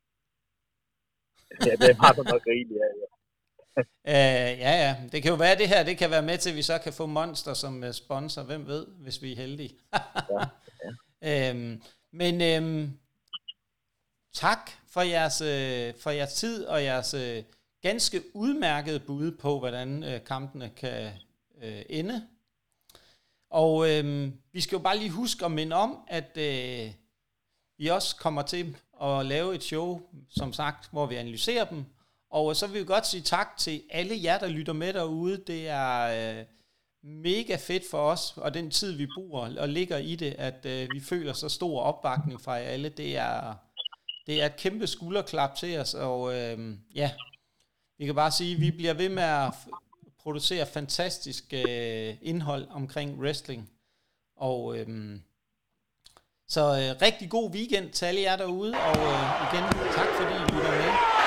Ja, det har du nok rigeligt af, ja. Uh, ja, ja. Det kan jo være, det her, det kan være med til, at vi så kan få Monster som uh, sponsor. Hvem ved, hvis vi er heldige. ja, ja. øhm, men øhm, tak for jeres, øh, for jeres tid og jeres øh, ganske udmærkede bud på, hvordan øh, kampene kan øh, ende. Og øh, vi skal jo bare lige huske at minde om, at øh, vi også kommer til at lave et show, som sagt, hvor vi analyserer dem. Og så vil vi godt sige tak til alle jer, der lytter med derude. Det er øh, mega fedt for os, og den tid, vi bruger og ligger i det, at øh, vi føler så stor opbakning fra jer alle. Det er, det er et kæmpe skulderklap til os, og øh, ja, vi kan bare sige, at vi bliver ved med at producere fantastisk øh, indhold omkring wrestling. Og øh, så øh, rigtig god weekend til alle jer derude, og øh, igen, tak fordi I lytter med.